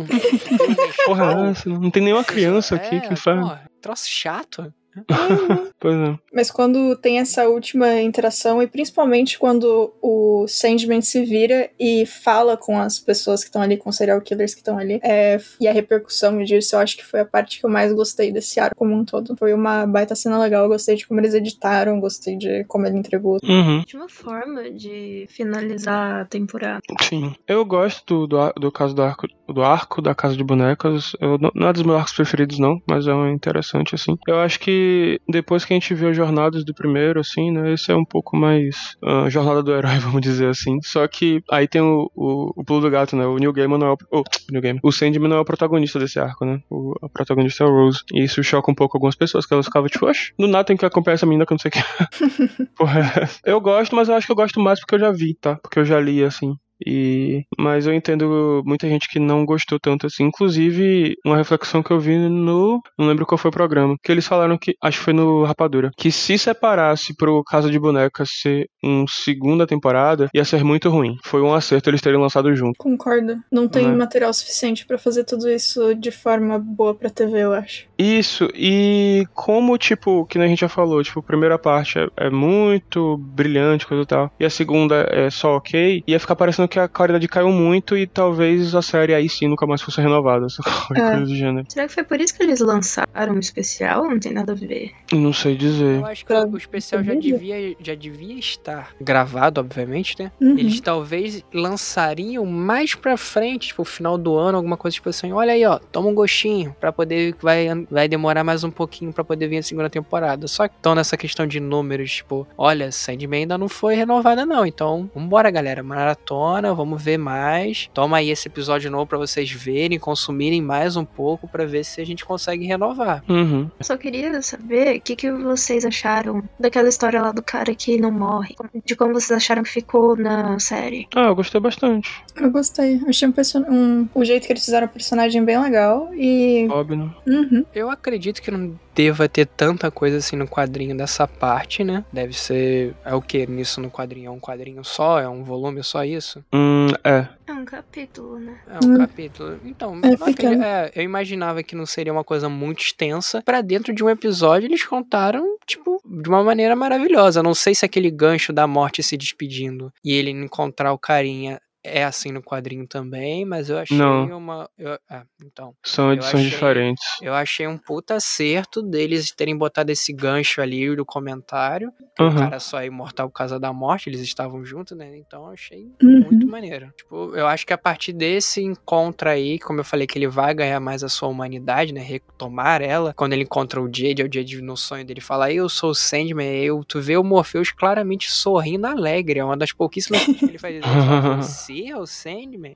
Porra, não tem nenhuma criança aqui que faz. Porra, troço chato. Pois é. Mas quando tem essa última interação, e principalmente quando o Sandman se vira e fala com as pessoas que estão ali, com os serial killers que estão ali, e a repercussão disso, eu acho que foi a parte que eu mais gostei desse arco como um todo. Foi uma baita cena legal, eu gostei de como eles editaram, gostei de como ele entregou. Ótima forma de finalizar a temporada. Sim. Eu gosto do caso do arco da Casa de Bonecas. Não é dos meus arcos preferidos, não, mas é um interessante, assim. Eu acho que depois que a gente viu as jornadas do primeiro, assim, né, esse é um pouco mais jornada do herói, vamos dizer assim. Só que aí tem o pulo do gato, né, o Neil Gaiman não é o Sandman não é o protagonista desse arco, né, o protagonista é o Rose. E isso choca um pouco algumas pessoas, que elas ficavam tipo, oxe, do nada tem que acompanhar essa menina que eu não sei o que. Porra, eu gosto, mas eu acho que eu gosto mais porque eu já vi, tá, porque eu já li, assim. Mas eu entendo muita gente que não gostou tanto assim. Inclusive, uma reflexão que eu vi não lembro qual foi o programa, que eles falaram que, acho que foi no Rapadura, que se separasse pro Casa de Bonecas ser uma segunda temporada, ia ser muito ruim. Foi um acerto eles terem lançado junto. Concordo. Não tem material suficiente pra fazer tudo isso de forma boa pra TV, eu acho. Isso, e como, tipo, que a gente já falou, tipo, a primeira parte é muito brilhante, coisa e tal, e a segunda é só ok, ia ficar parecendo que a qualidade caiu muito e talvez a série aí sim nunca mais fosse renovada, essa coisa do gênero. Será que foi por isso que eles lançaram um especial? Não tem nada a ver. Não sei dizer. Eu acho que o especial já devia estar gravado, obviamente, né? Eles talvez lançariam mais pra frente, tipo, final do ano, alguma coisa tipo assim, olha aí, ó, toma um gostinho, pra poder, vai demorar mais um pouquinho pra poder vir a segunda temporada. Só que estão nessa questão de números, tipo, olha, Sandman ainda não foi renovada não, então vambora, galera, maratona, funciona, vamos ver mais. Toma aí esse episódio novo pra vocês verem, consumirem mais um pouco pra ver se a gente consegue renovar. Uhum. Só queria saber o que vocês acharam daquela história lá do cara que não morre. De como vocês acharam que ficou na série. Eu gostei bastante. Eu gostei. Achei o jeito que eles fizeram o personagem bem legal e... Óbvio. Uhum. Eu acredito que não deva ter tanta coisa assim no quadrinho dessa parte, né? Deve ser... É o que nisso no quadrinho? É um quadrinho só? É um volume só isso? É. É um capítulo, né? É um capítulo. Então, É pequeno. eu imaginava que não seria uma coisa muito extensa. Pra dentro de um episódio, eles contaram, tipo, de uma maneira maravilhosa. Eu não sei se aquele gancho da morte se despedindo e ele encontrar o carinha é assim no quadrinho também, mas eu achei Não. então. São edições diferentes. Eu achei um puta acerto deles terem botado esse gancho ali do comentário. Que o cara só é imortal por causa da morte, eles estavam juntos, né? Então eu achei muito maneiro. Tipo, eu acho que a partir desse encontro aí, como eu falei, que ele vai ganhar mais a sua humanidade, né? Retomar ela. Quando ele encontra o Jade no sonho dele fala, eu sou o Sandman, tu vê o Morpheus claramente sorrindo alegre. É uma das pouquíssimas coisas que ele faz. Ele fala, você é o Sandman?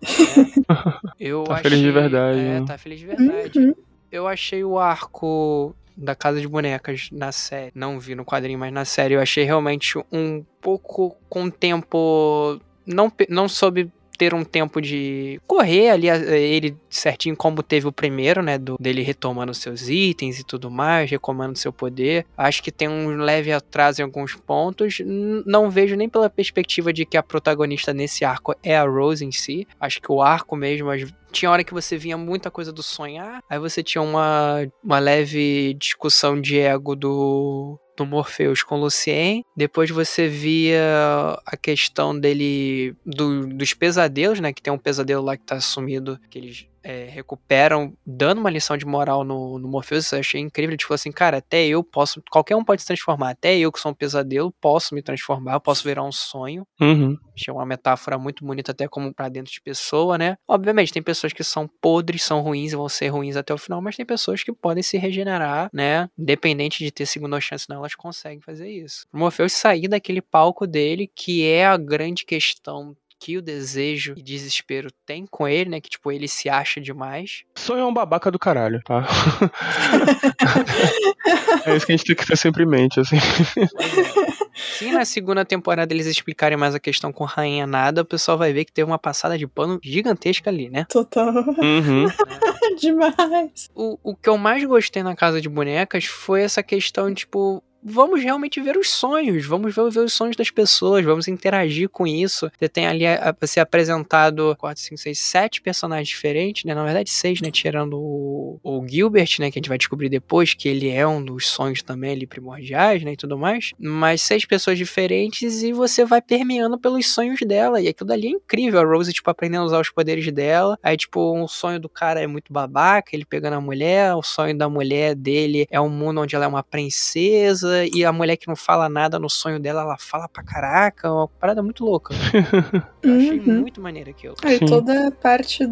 Eu Tá achei, feliz de verdade. tá feliz de verdade. Eu achei o arco da Casa de Bonecas na série, não vi no quadrinho, mas na série, eu achei realmente um pouco com tempo, não soube ter um tempo de correr ali ele certinho como teve o primeiro, né, dele retomando seus itens e tudo mais, recomando seu poder. Acho que tem um leve atraso em alguns pontos. Não vejo nem pela perspectiva de que a protagonista nesse arco é a Rose em si. Acho que o arco mesmo, tinha hora que você via muita coisa do sonhar, aí você tinha uma leve discussão de ego do Morpheus com Lucien. Depois você via a questão dele dos pesadelos, né? Que tem um pesadelo lá que tá sumido, que eles recuperam, dando uma lição de moral no Morpheus. Isso eu achei incrível. Ele falou assim, cara, até eu posso, qualquer um pode se transformar, até eu que sou um pesadelo posso me transformar, posso virar um sonho. Achei uma metáfora muito bonita, até como pra dentro de pessoa, né? Obviamente, tem pessoas que são podres, são ruins e vão ser ruins até o final, mas tem pessoas que podem se regenerar, né? Independente de ter segunda chance, não, elas conseguem fazer isso. O Morpheus sair daquele palco dele, que é a grande questão que o desejo e desespero tem com ele, né? Que, tipo, ele se acha demais. Sonho é um babaca do caralho, tá? É isso que a gente tem que ter sempre em mente, assim. Se na segunda temporada eles explicarem mais a questão com Rainha Nada, o pessoal vai ver que teve uma passada de pano gigantesca ali, né? Total. Demais. O que eu mais gostei na Casa de Bonecas foi essa questão, tipo, vamos realmente ver os sonhos, vamos ver os sonhos das pessoas, vamos interagir com isso. Você tem ali a ser apresentado 4, 5, 6, 7 personagens diferentes, né? Na verdade 6, né? Tirando o Gilbert, né? Que a gente vai descobrir depois que ele é um dos sonhos também ali primordiais, né? E tudo mais. Mas 6 pessoas diferentes e você vai permeando pelos sonhos dela. E aquilo dali é incrível. A Rose, tipo, aprendendo a usar os poderes dela. Aí, tipo, um sonho do cara é muito babaca, ele pegando a mulher. O sonho da mulher dele é um mundo onde ela é uma princesa. E a mulher que não fala nada no sonho dela, ela fala pra caraca, uma parada muito louca. Eu achei muito maneiro aquilo. E toda a parte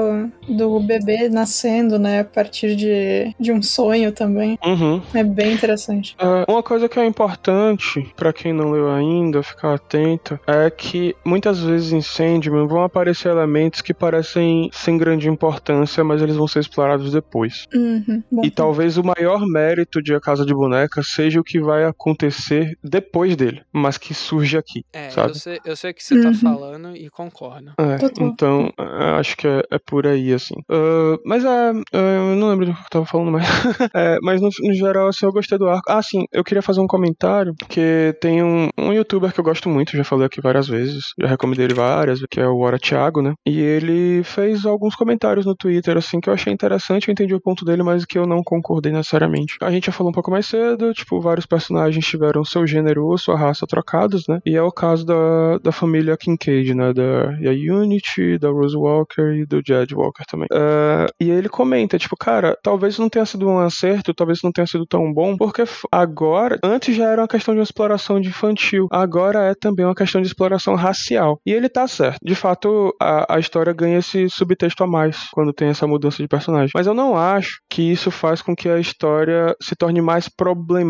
do bebê nascendo, né, a partir de um sonho também. É bem interessante. Uma coisa que é importante, pra quem não leu ainda, ficar atento, é que muitas vezes em Sandman vão aparecer elementos que parecem sem grande importância, mas eles vão ser explorados depois. Bom. E talvez o maior mérito de A Casa de Bonecas seja o que vai acontecer depois dele, mas que surge aqui, sabe? Eu sei o que você tá falando e concordo. Então, acho que é por aí, assim. Mas eu não lembro do que eu tava falando mais. Mas no geral, assim, eu gostei do arco. Sim, eu queria fazer um comentário, que tem um youtuber que eu gosto muito, já falei aqui várias vezes, já recomendei ele várias, que é o Ora Thiago, né? E ele fez alguns comentários no Twitter, assim, que eu achei interessante, eu entendi o ponto dele, mas que eu não concordei necessariamente. A gente já falou um pouco mais cedo, tipo, vários personagens tiveram seu gênero ou sua raça trocados, né? E é o caso da família Kincaid, né? Da Unity, da Rose Walker e do Jed Walker também. E ele comenta, tipo, cara, talvez não tenha sido um acerto, talvez não tenha sido tão bom, porque agora, antes já era uma questão de uma exploração de infantil, agora é também uma questão de exploração racial. E ele tá certo. De fato, a história ganha esse subtexto a mais quando tem essa mudança de personagem. Mas eu não acho que isso faz com que a história se torne mais problemática.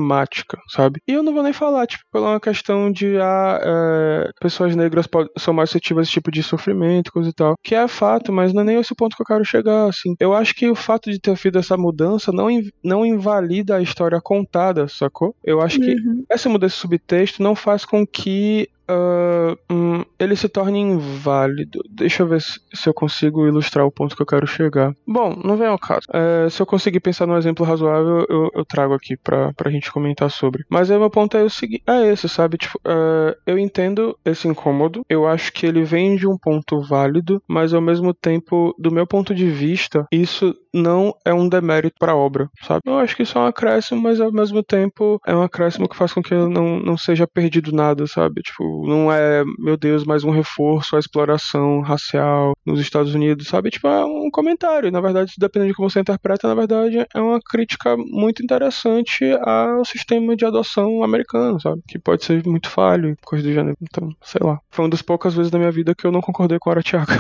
política, sabe? E eu não vou nem falar, tipo, pela uma questão de pessoas negras são mais suscetíveis a esse tipo de sofrimento, coisa e tal, que é fato, mas não é nem esse ponto que eu quero chegar, assim. Eu acho que o fato de ter havido essa mudança não invalida a história contada, sacou? Eu acho que essa mudança de subtexto não faz com que ele se torne inválido. Deixa eu ver se eu consigo ilustrar o ponto que eu quero chegar. Bom, não vem ao caso. Se eu conseguir pensar num exemplo razoável, eu trago aqui pra gente comentar sobre. Mas aí o meu ponto é o seguinte, esse, sabe? Tipo, eu entendo esse incômodo, eu acho que ele vem de um ponto válido, mas ao mesmo tempo, do meu ponto de vista, isso não é um demérito pra obra, sabe? Eu acho que isso é um acréscimo, mas ao mesmo tempo é um acréscimo que faz com que eu não seja perdido nada, sabe? Tipo, não é, meu Deus, mais um reforço à exploração racial nos Estados Unidos, sabe? Tipo, é um comentário. Na verdade, dependendo de como você interpreta, na verdade, é uma crítica muito interessante ao sistema de adoção americano, sabe? Que pode ser muito falho e coisa do gênero. Então, sei lá. Foi uma das poucas vezes da minha vida que eu não concordei com a Aratiaga.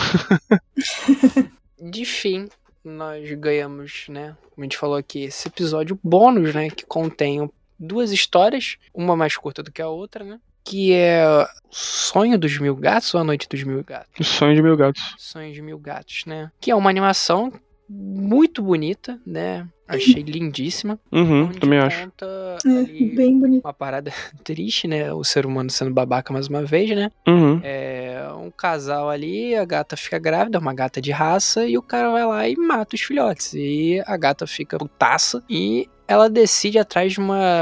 De fim, nós ganhamos, né? Como a gente falou aqui, esse episódio bônus, né? Que contém 2 histórias, uma mais curta do que a outra, né? Que é Sonho dos Mil Gatos ou A Noite dos Mil Gatos? O Sonho de Mil Gatos. Sonho de Mil Gatos, né? Que é uma animação muito bonita, né? Achei lindíssima. Também acho. Conta ali bem bonito. uma parada triste, né? O ser humano sendo babaca mais uma vez, né? É um casal ali, a gata fica grávida, uma gata de raça, e o cara vai lá e mata os filhotes. E a gata fica putaça e ela decide atrás de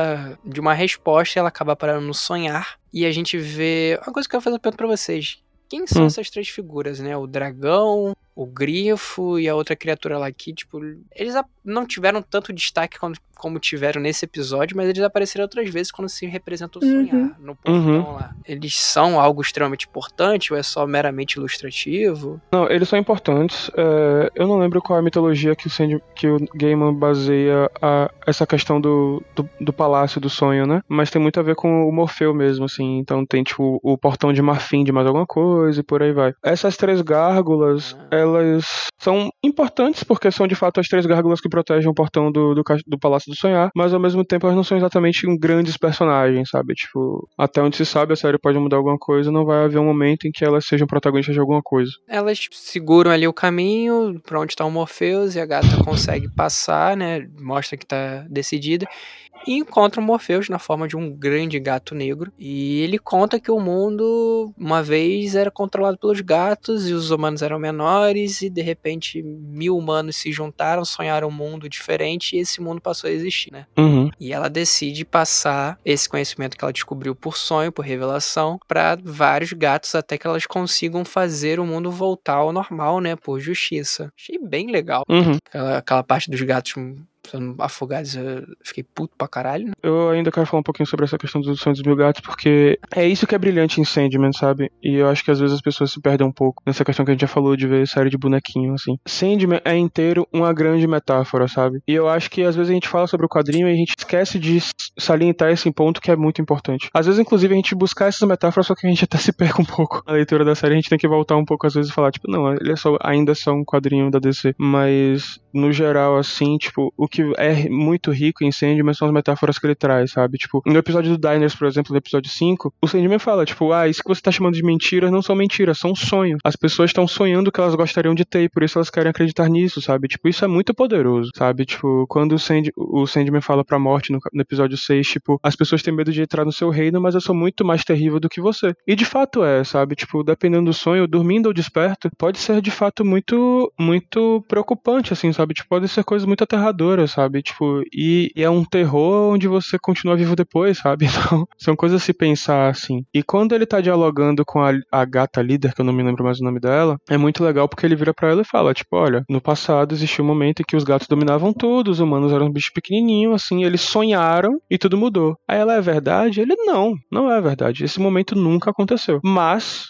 uma resposta, e ela acaba parando no sonhar. E a gente vê... Uma coisa que eu vou fazer uma pergunta pra vocês. Quem são essas 3 figuras, né? O dragão, o grifo e a outra criatura lá que, tipo... Eles não tiveram tanto destaque como tiveram nesse episódio, mas eles apareceram outras vezes quando se representou o sonhar, no portão lá. Eles são algo extremamente importante ou é só meramente ilustrativo? Não, eles são importantes. Eu não lembro qual é a mitologia que o Gaiman baseia essa questão do palácio do sonho, né? Mas tem muito a ver com o Morfeu mesmo, assim. Então tem, tipo, o portão de marfim de mais alguma coisa e por aí vai. Essas 3 gárgulas, elas são importantes porque são, de fato, as 3 gárgulas que protegem o portão do Palácio do Sonhar, mas ao mesmo tempo elas não são exatamente grandes personagens, sabe? Tipo, até onde se sabe a série pode mudar alguma coisa, não vai haver um momento em que elas sejam protagonistas de alguma coisa. Elas seguram ali o caminho pra onde tá o Morpheus e a gata consegue passar, né? Mostra que tá decidida. E encontra o Morpheus na forma de um grande gato negro. E ele conta que o mundo, uma vez, era controlado pelos gatos e os humanos eram menores. E de repente, 1000 humanos se juntaram, sonharam um mundo diferente e esse mundo passou a existir, né? E ela decide passar esse conhecimento que ela descobriu por sonho, por revelação, para vários gatos até que elas consigam fazer o mundo voltar ao normal, né? Por justiça. Achei bem legal. Aquela parte dos gatos sendo afogados, eu fiquei puto pra caralho, né? Eu ainda quero falar um pouquinho sobre essa questão dos sonhos dos mil gatos, porque é isso que é brilhante em Sandman, sabe? E eu acho que às vezes as pessoas se perdem um pouco nessa questão que a gente já falou de ver série de bonequinho, assim. Sandman é inteiro uma grande metáfora, sabe? E eu acho que às vezes a gente fala sobre o quadrinho e a gente esquece de salientar esse ponto que é muito importante. Às vezes, inclusive, a gente buscar essas metáforas, só que a gente até se perca um pouco na leitura da série. A gente tem que voltar um pouco às vezes e falar, tipo, não, ele ainda é só um quadrinho da DC. Mas, no geral, assim, tipo, o que é muito rico em Sandman são as metáforas que ele traz, sabe? Tipo, no episódio do Diners, por exemplo, no episódio 5, o Sandman fala, tipo, isso que você tá chamando de mentiras não são mentiras, são sonhos. As pessoas estão sonhando o que elas gostariam de ter e por isso elas querem acreditar nisso, sabe? Tipo, isso é muito poderoso, sabe? Tipo, quando o Sandman fala pra morte no episódio 6, tipo, as pessoas têm medo de entrar no seu reino, mas eu sou muito mais terrível do que você. E de fato sabe? Tipo, dependendo do sonho, dormindo ou desperto, pode ser de fato muito, muito preocupante, assim, sabe? Tipo, pode ser coisas muito aterradoras, sabe? Tipo, e é um terror onde você continua vivo depois, sabe? Então, são coisas a se pensar, assim. E quando ele tá dialogando com a gata líder, que eu não me lembro mais o nome dela, é muito legal porque ele vira pra ela e fala, tipo, olha, no passado existiu um momento em que os gatos dominavam tudo, os humanos eram um bicho pequenininho, assim, eles sonharam e tudo mudou. Aí ela, é verdade? Ele, não é verdade. Esse momento nunca aconteceu. Mas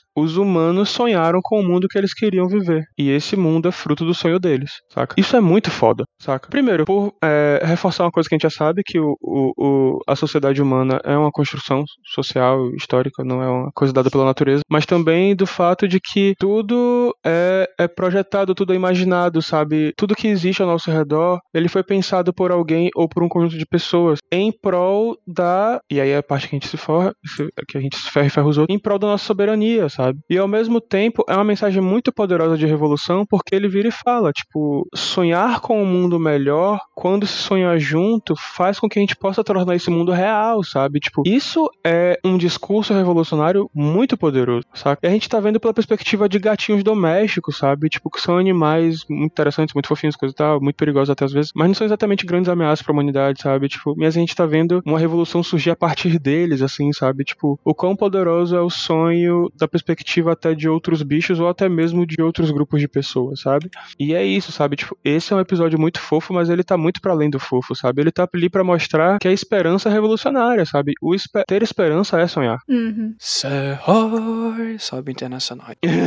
os humanos sonharam com o mundo que eles queriam viver. E esse mundo é fruto do sonho deles, saca? Isso é muito foda, saca? Primeiro, por reforçar uma coisa que a gente já sabe, que a sociedade humana é uma construção social, histórica, não é uma coisa dada pela natureza, mas também do fato de que tudo é projetado, tudo é imaginado, sabe? Tudo que existe ao nosso redor, ele foi pensado por alguém ou por um conjunto de pessoas em prol e aí é a parte que a gente se ferra e ferra os outros, em prol da nossa soberania, sabe? E ao mesmo tempo, é uma mensagem muito poderosa de revolução, porque ele vira e fala, tipo, sonhar com um mundo melhor, quando se sonhar junto, faz com que a gente possa tornar esse mundo real, sabe? Tipo, isso é um discurso revolucionário muito poderoso, sabe? E a gente tá vendo pela perspectiva de gatinhos domésticos, sabe? Tipo, que são animais muito interessantes, muito fofinhos, coisa e tal, muito perigosos até às vezes, mas não são exatamente grandes ameaças pra humanidade, sabe? Tipo, mas a gente tá vendo uma revolução surgir a partir deles, assim, sabe? Tipo, o quão poderoso é o sonho da perspectiva até de outros bichos ou até mesmo de outros grupos de pessoas, sabe? E é isso, sabe? Tipo, esse é um episódio muito fofo, mas ele tá muito pra além do fofo, sabe? Ele tá ali pra mostrar que a esperança é revolucionária, sabe? Ter esperança é sonhar. Uhum. Sobe internacional.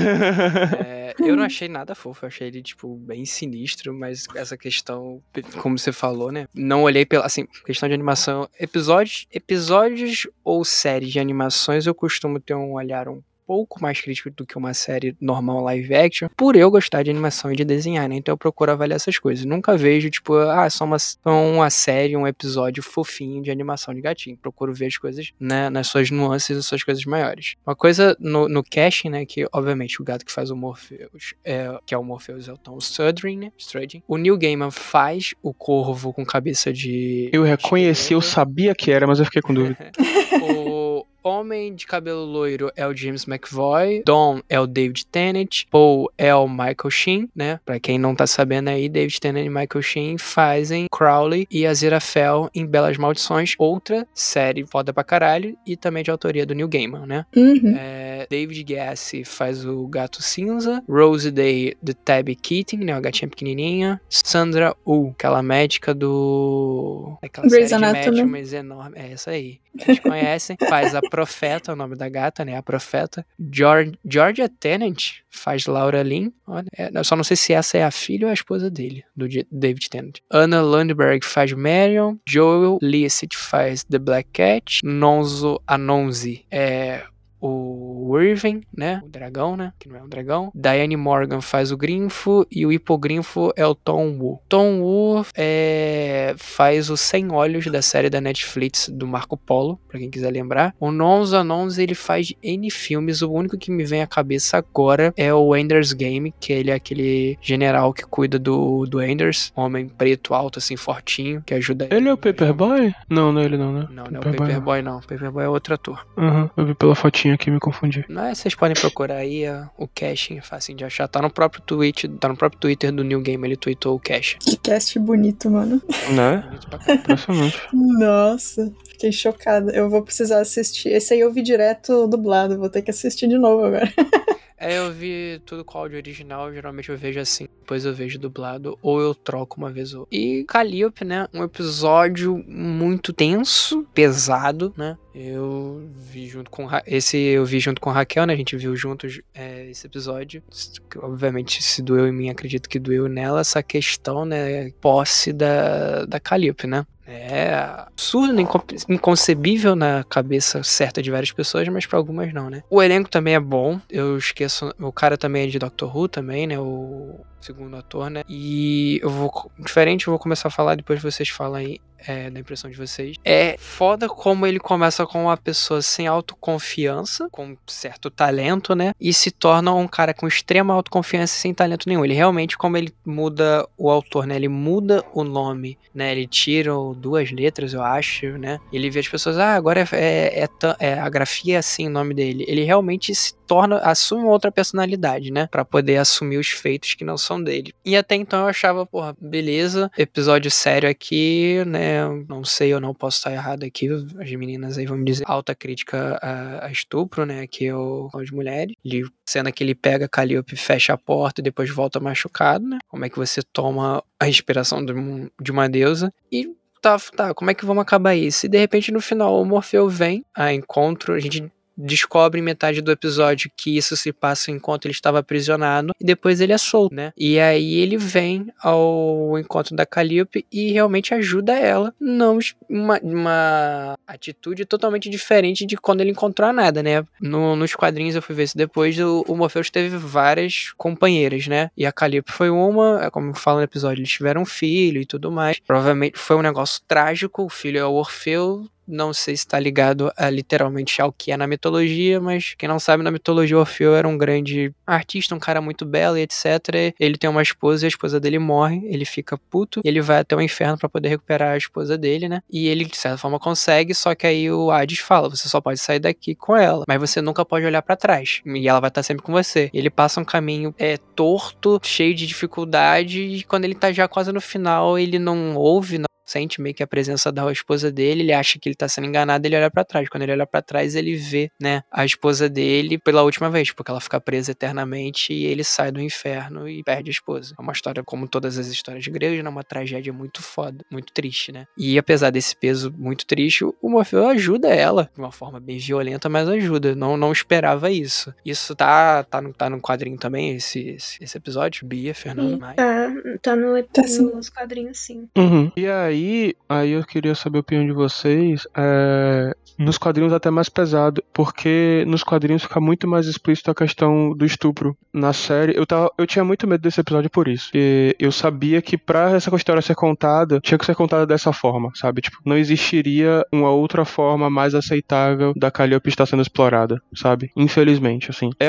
Eu não achei nada fofo, eu achei ele, tipo, bem sinistro, mas essa questão, como você falou, né? Não olhei pela, assim, questão de animação, episódios ou séries de animações eu costumo ter um olhar um pouco mais crítico do que uma série normal live action, por eu gostar de animação e de desenhar, né? Então eu procuro avaliar essas coisas. Nunca vejo, tipo, só uma série, um episódio fofinho de animação de gatinho. Procuro ver as coisas, né, nas suas nuances, nas suas coisas maiores. Uma coisa no casting, né, que obviamente o gato que faz o Morpheus, que é o Morpheus, é o Tom Studring, né? O Neil Gaiman faz o corvo com cabeça de... Eu reconheci, eu sabia que era, mas eu fiquei com dúvida. O homem de cabelo loiro é o James McAvoy, Dom é o David Tennant, Paul é o Michael Sheen, né? Pra quem não tá sabendo aí, David Tennant e Michael Sheen fazem Crowley e Aziraphale em Belas Maldições, outra série foda pra caralho e também de autoria do Neil Gaiman, né? Uhum. David Gassi faz o Gato Cinza, Rose Day de Tabby Keating, né? A gatinha pequenininha, Sandra Oh, aquela médica daquela Grey's série de Anatomy. médium, mas enorme, é essa aí. Vocês conhecem, faz a Profeta, o nome da gata, né? A Profeta. Georgia Tennant faz Laura Lynn. Olha, eu só não sei se essa é a filha ou a esposa dele, do David Tennant. Anna Lundberg faz Marion. Joel Licit faz The Black Cat. Nonso Anonzi é o Irving, né? O dragão, né? Que não é um dragão. Diane Morgan faz o Grinfo e o hipogrifo é o Tom Wu. Tom Wu faz o Sem Olhos da série da Netflix do Marco Polo, pra quem quiser lembrar. O Nonso Anonzi, ele faz N filmes. O único que me vem à cabeça agora é o Ender's Game, que ele é aquele general que cuida do Enders. Homem preto, alto, assim, fortinho, que ajuda Ele é o Paperboy? Não é ele não, né? Não é o Paperboy não. O Paperboy é outro ator. Eu vi pela fotinha aqui e me confundi. Mas vocês podem procurar aí o casting, facinho de achar. Tá no próprio Twitter do Neil Gaiman, ele tweetou o casting. Que cast bonito, mano. Né? Bonito pra caramba. Impressionante. Nossa, fiquei chocada. Eu vou precisar assistir. Esse aí eu vi direto dublado, vou ter que assistir de novo agora. Eu vi tudo com áudio original, geralmente eu vejo assim, depois eu vejo dublado, ou eu troco uma vez ou outra. E Calliope, né, um episódio muito tenso, pesado, né, eu vi junto com a Raquel, né, a gente viu juntos esse episódio, obviamente se doeu em mim, acredito que doeu nela, essa questão, né, posse da Calliope, né. É absurdo, inconcebível na cabeça certa de várias pessoas, mas pra algumas não, né? O elenco também é bom, eu esqueço, o cara também é de Doctor Who também, né? O segundo ator, né? E eu vou começar a falar, depois vocês falam aí da impressão de vocês. É foda como ele começa com uma pessoa sem autoconfiança, com certo talento, né? E se torna um cara com extrema autoconfiança e sem talento nenhum. Ele realmente, como ele muda o autor, né? Ele muda o nome, né? Ele tira 2 letras, eu acho, né? Ele vê as pessoas, agora a grafia é assim o nome dele. Ele realmente assume outra personalidade, né? Pra poder assumir os feitos que não são dele. E até então eu achava, porra, beleza, episódio sério aqui, né? Não sei, eu não posso estar errado aqui. As meninas aí vão me dizer alta crítica a estupro, né? Que é as mulheres. Cena que ele pega a Calliope, fecha a porta e depois volta machucado, né? Como é que você toma a inspiração de uma deusa? Tá, como é que vamos acabar isso? E de repente no final o Morfeu vem a encontro, a gente descobre em metade do episódio que isso se passa enquanto ele estava aprisionado, e depois ele é solto, né? E aí ele vem ao encontro da Calliope e realmente ajuda ela, não uma atitude totalmente diferente de quando ele encontrou a Nada, né? Nos quadrinhos eu fui ver isso depois, o Morpheus teve várias companheiras, né? E a Calliope foi uma, como fala no episódio, eles tiveram um filho e tudo mais. Provavelmente foi um negócio trágico, o filho é o Orfeu. Não sei se está ligado literalmente ao que é na mitologia, mas quem não sabe, na mitologia, Orfeu era um grande artista, um cara muito belo e etc. Ele tem uma esposa e a esposa dele morre, ele fica puto, e ele vai até o inferno para poder recuperar a esposa dele, né? E ele, de certa forma, consegue, só que aí o Hades fala, você só pode sair daqui com ela, mas você nunca pode olhar para trás, e ela vai estar sempre com você. Ele passa um caminho torto, cheio de dificuldade, e quando ele tá já quase no final, ele não ouve, não sente meio que a presença da esposa dele, ele acha que ele tá sendo enganado, ele olha pra trás. Quando ele olha pra trás, ele vê, né, a esposa dele pela última vez, porque ela fica presa eternamente e ele sai do inferno e perde a esposa. É uma história como todas as histórias gregas, né, uma tragédia muito foda, muito triste, né. E apesar desse peso muito triste, o Morfeu ajuda ela, de uma forma bem violenta, mas ajuda. Não esperava isso. Isso tá no quadrinho também, esse episódio? Bia, Fernando, Maia? Tá nos quadrinhos, sim. Uhum. E aí eu queria saber a opinião de vocês. Nos quadrinhos até mais pesado, porque nos quadrinhos fica muito mais explícito a questão do estupro. Na série, eu tinha muito medo desse episódio por isso. E eu sabia que pra essa história ser contada, tinha que ser contada dessa forma, sabe? Tipo, não existiria uma outra forma mais aceitável da Calliope estar sendo explorada, sabe? Infelizmente, assim. É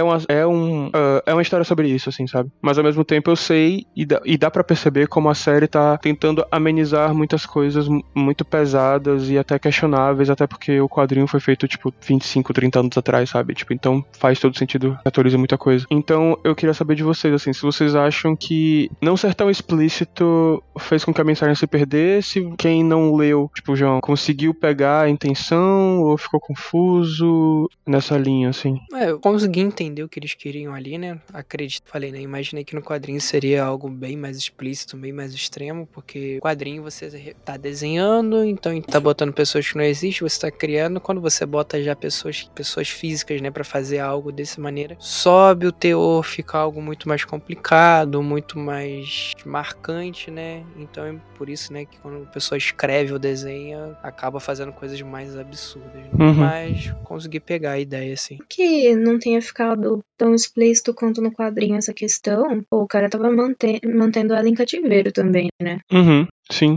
uma história sobre isso, assim, sabe? Mas ao mesmo tempo eu sei e dá pra perceber como a série tá tentando amenizar muitas coisas muito pesadas e até questionáveis, até porque o quadrinho foi feito, tipo, 25, 30 anos atrás, sabe? Tipo, então faz todo sentido, atualiza muita coisa. Então, eu queria saber de vocês, assim, se vocês acham que não ser tão explícito fez com que a mensagem se perdesse, quem não leu, tipo, João, conseguiu pegar a intenção ou ficou confuso nessa linha, assim? Eu consegui entender o que eles queriam ali, né? Falei, né? Imaginei que no quadrinho seria algo bem mais explícito, bem mais extremo, porque no quadrinho você tá desenhando, então tá botando pessoas que não existem, você tá criando, quando você bota já pessoas físicas, né, pra fazer algo dessa maneira, sobe o teor, fica algo muito mais complicado, muito mais marcante, né? Então é por isso, né, que quando a pessoa escreve ou desenha, acaba fazendo coisas mais absurdas, né? Uhum. Mas consegui pegar a ideia, assim. Que não tenha ficado tão explícito quanto no quadrinho essa questão, pô, o cara tava mantendo ela em cativeiro também, né? Uhum. Sim.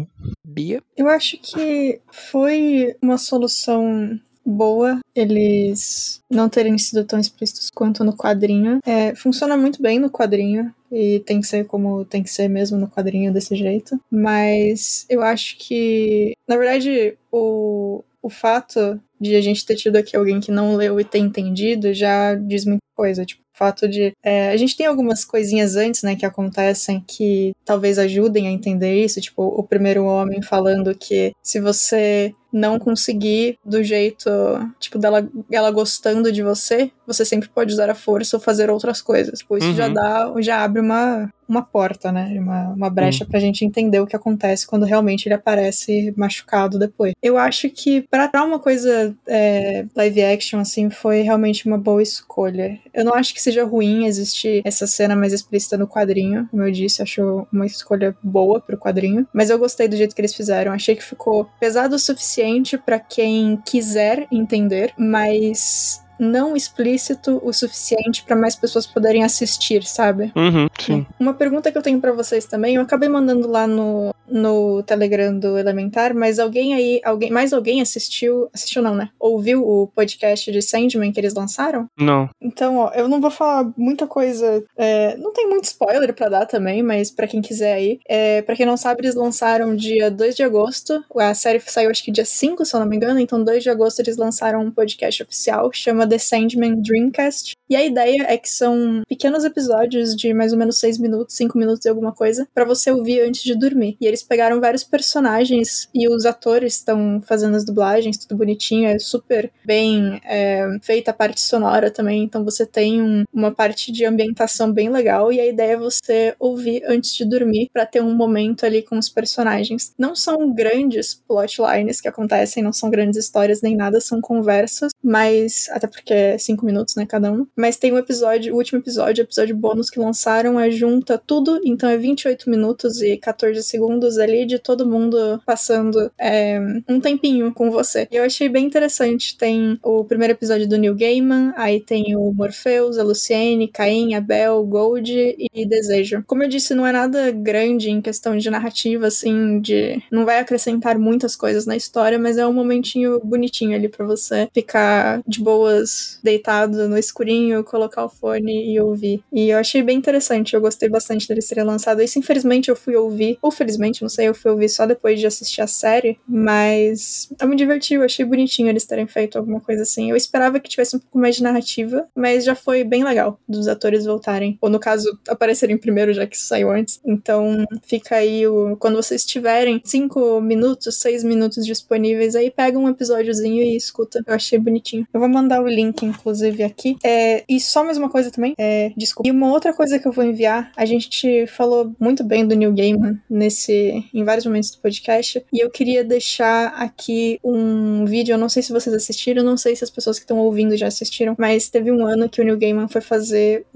Bia? Eu acho que foi uma solução boa eles não terem sido tão explícitos quanto no quadrinho. Funciona muito bem no quadrinho e tem que ser como tem que ser mesmo no quadrinho desse jeito. Mas eu acho que, na verdade, o fato de a gente ter tido aqui alguém que não leu e ter entendido já diz muita coisa. Tipo, o fato de... a gente tem algumas coisinhas antes, né, que acontecem que talvez ajudem a entender isso. Tipo, o primeiro homem falando que se você não conseguir do jeito, tipo, ela gostando de você, você sempre pode usar a força ou fazer outras coisas. Tipo, isso já abre uma porta, né? Uma brecha pra gente entender o que acontece quando realmente ele aparece machucado depois. Eu acho que pra uma coisa live action, assim, foi realmente uma boa escolha. Eu não acho que seja ruim existir essa cena mais explícita no quadrinho, como eu disse, acho uma escolha boa pro quadrinho, mas eu gostei do jeito que eles fizeram. Achei que ficou pesado o suficiente pra quem quiser entender, mas não explícito o suficiente pra mais pessoas poderem assistir, sabe? Sim. Uma pergunta que eu tenho pra vocês também, eu acabei mandando lá no Telegram do Elementar, mas mais alguém assistiu não, né? Ouviu o podcast de Sandman que eles lançaram? Não. Então, ó, eu não vou falar muita coisa, não tem muito spoiler pra dar também, mas pra quem quiser aí, pra quem não sabe, eles lançaram dia 2 de agosto, a série saiu acho que dia 5, se eu não me engano, então 2 de agosto eles lançaram um podcast oficial, chama The Sandman Dreamcast, E a ideia é que são pequenos episódios de mais ou menos 6 minutos, 5 minutos e alguma coisa, pra você ouvir antes de dormir. E eles pegaram vários personagens e os atores estão fazendo as dublagens, tudo bonitinho, é super bem feita a parte sonora também, então você tem uma parte de ambientação bem legal, e a ideia é você ouvir antes de dormir pra ter um momento ali com os personagens. Não são grandes plotlines que acontecem, não são grandes histórias nem nada, são conversas, mas até porque é 5 minutos, né, cada um. Mas tem um episódio, o último episódio, o episódio bônus que lançaram, junta tudo, então é 28 minutos e 14 segundos ali de todo mundo passando um tempinho com você. E eu achei bem interessante. Tem o primeiro episódio do Neil Gaiman, aí tem o Morpheus, a Luciene, Caim, Abel, Gold e Desejo. Como eu disse, não é nada grande em questão de narrativa, assim, não vai acrescentar muitas coisas na história, mas é um momentinho bonitinho ali pra você ficar de boas, deitado no escurinho, colocar o fone e ouvir. E eu achei bem interessante, eu gostei bastante dele ser lançado. Isso, infelizmente, eu fui ouvir, ou felizmente, não sei, eu fui ouvir só depois de assistir a série, mas eu me diverti, eu achei bonitinho eles terem feito alguma coisa assim. Eu esperava que tivesse um pouco mais de narrativa, mas já foi bem legal dos atores voltarem, ou no caso, aparecerem primeiro, já que isso saiu antes. Então, fica aí, quando vocês tiverem 5 minutos, 6 minutos disponíveis, aí pega um episódiozinho e escuta. Eu achei bonitinho. Eu vou mandar o link, inclusive, aqui. E só mais uma coisa também, desculpa. E uma outra coisa que eu vou enviar, a gente falou muito bem do Neil Gaiman em vários momentos do podcast, e eu queria deixar aqui um vídeo, eu não sei se vocês assistiram, não sei se as pessoas que estão ouvindo já assistiram, mas teve um ano que o Neil Gaiman foi fazer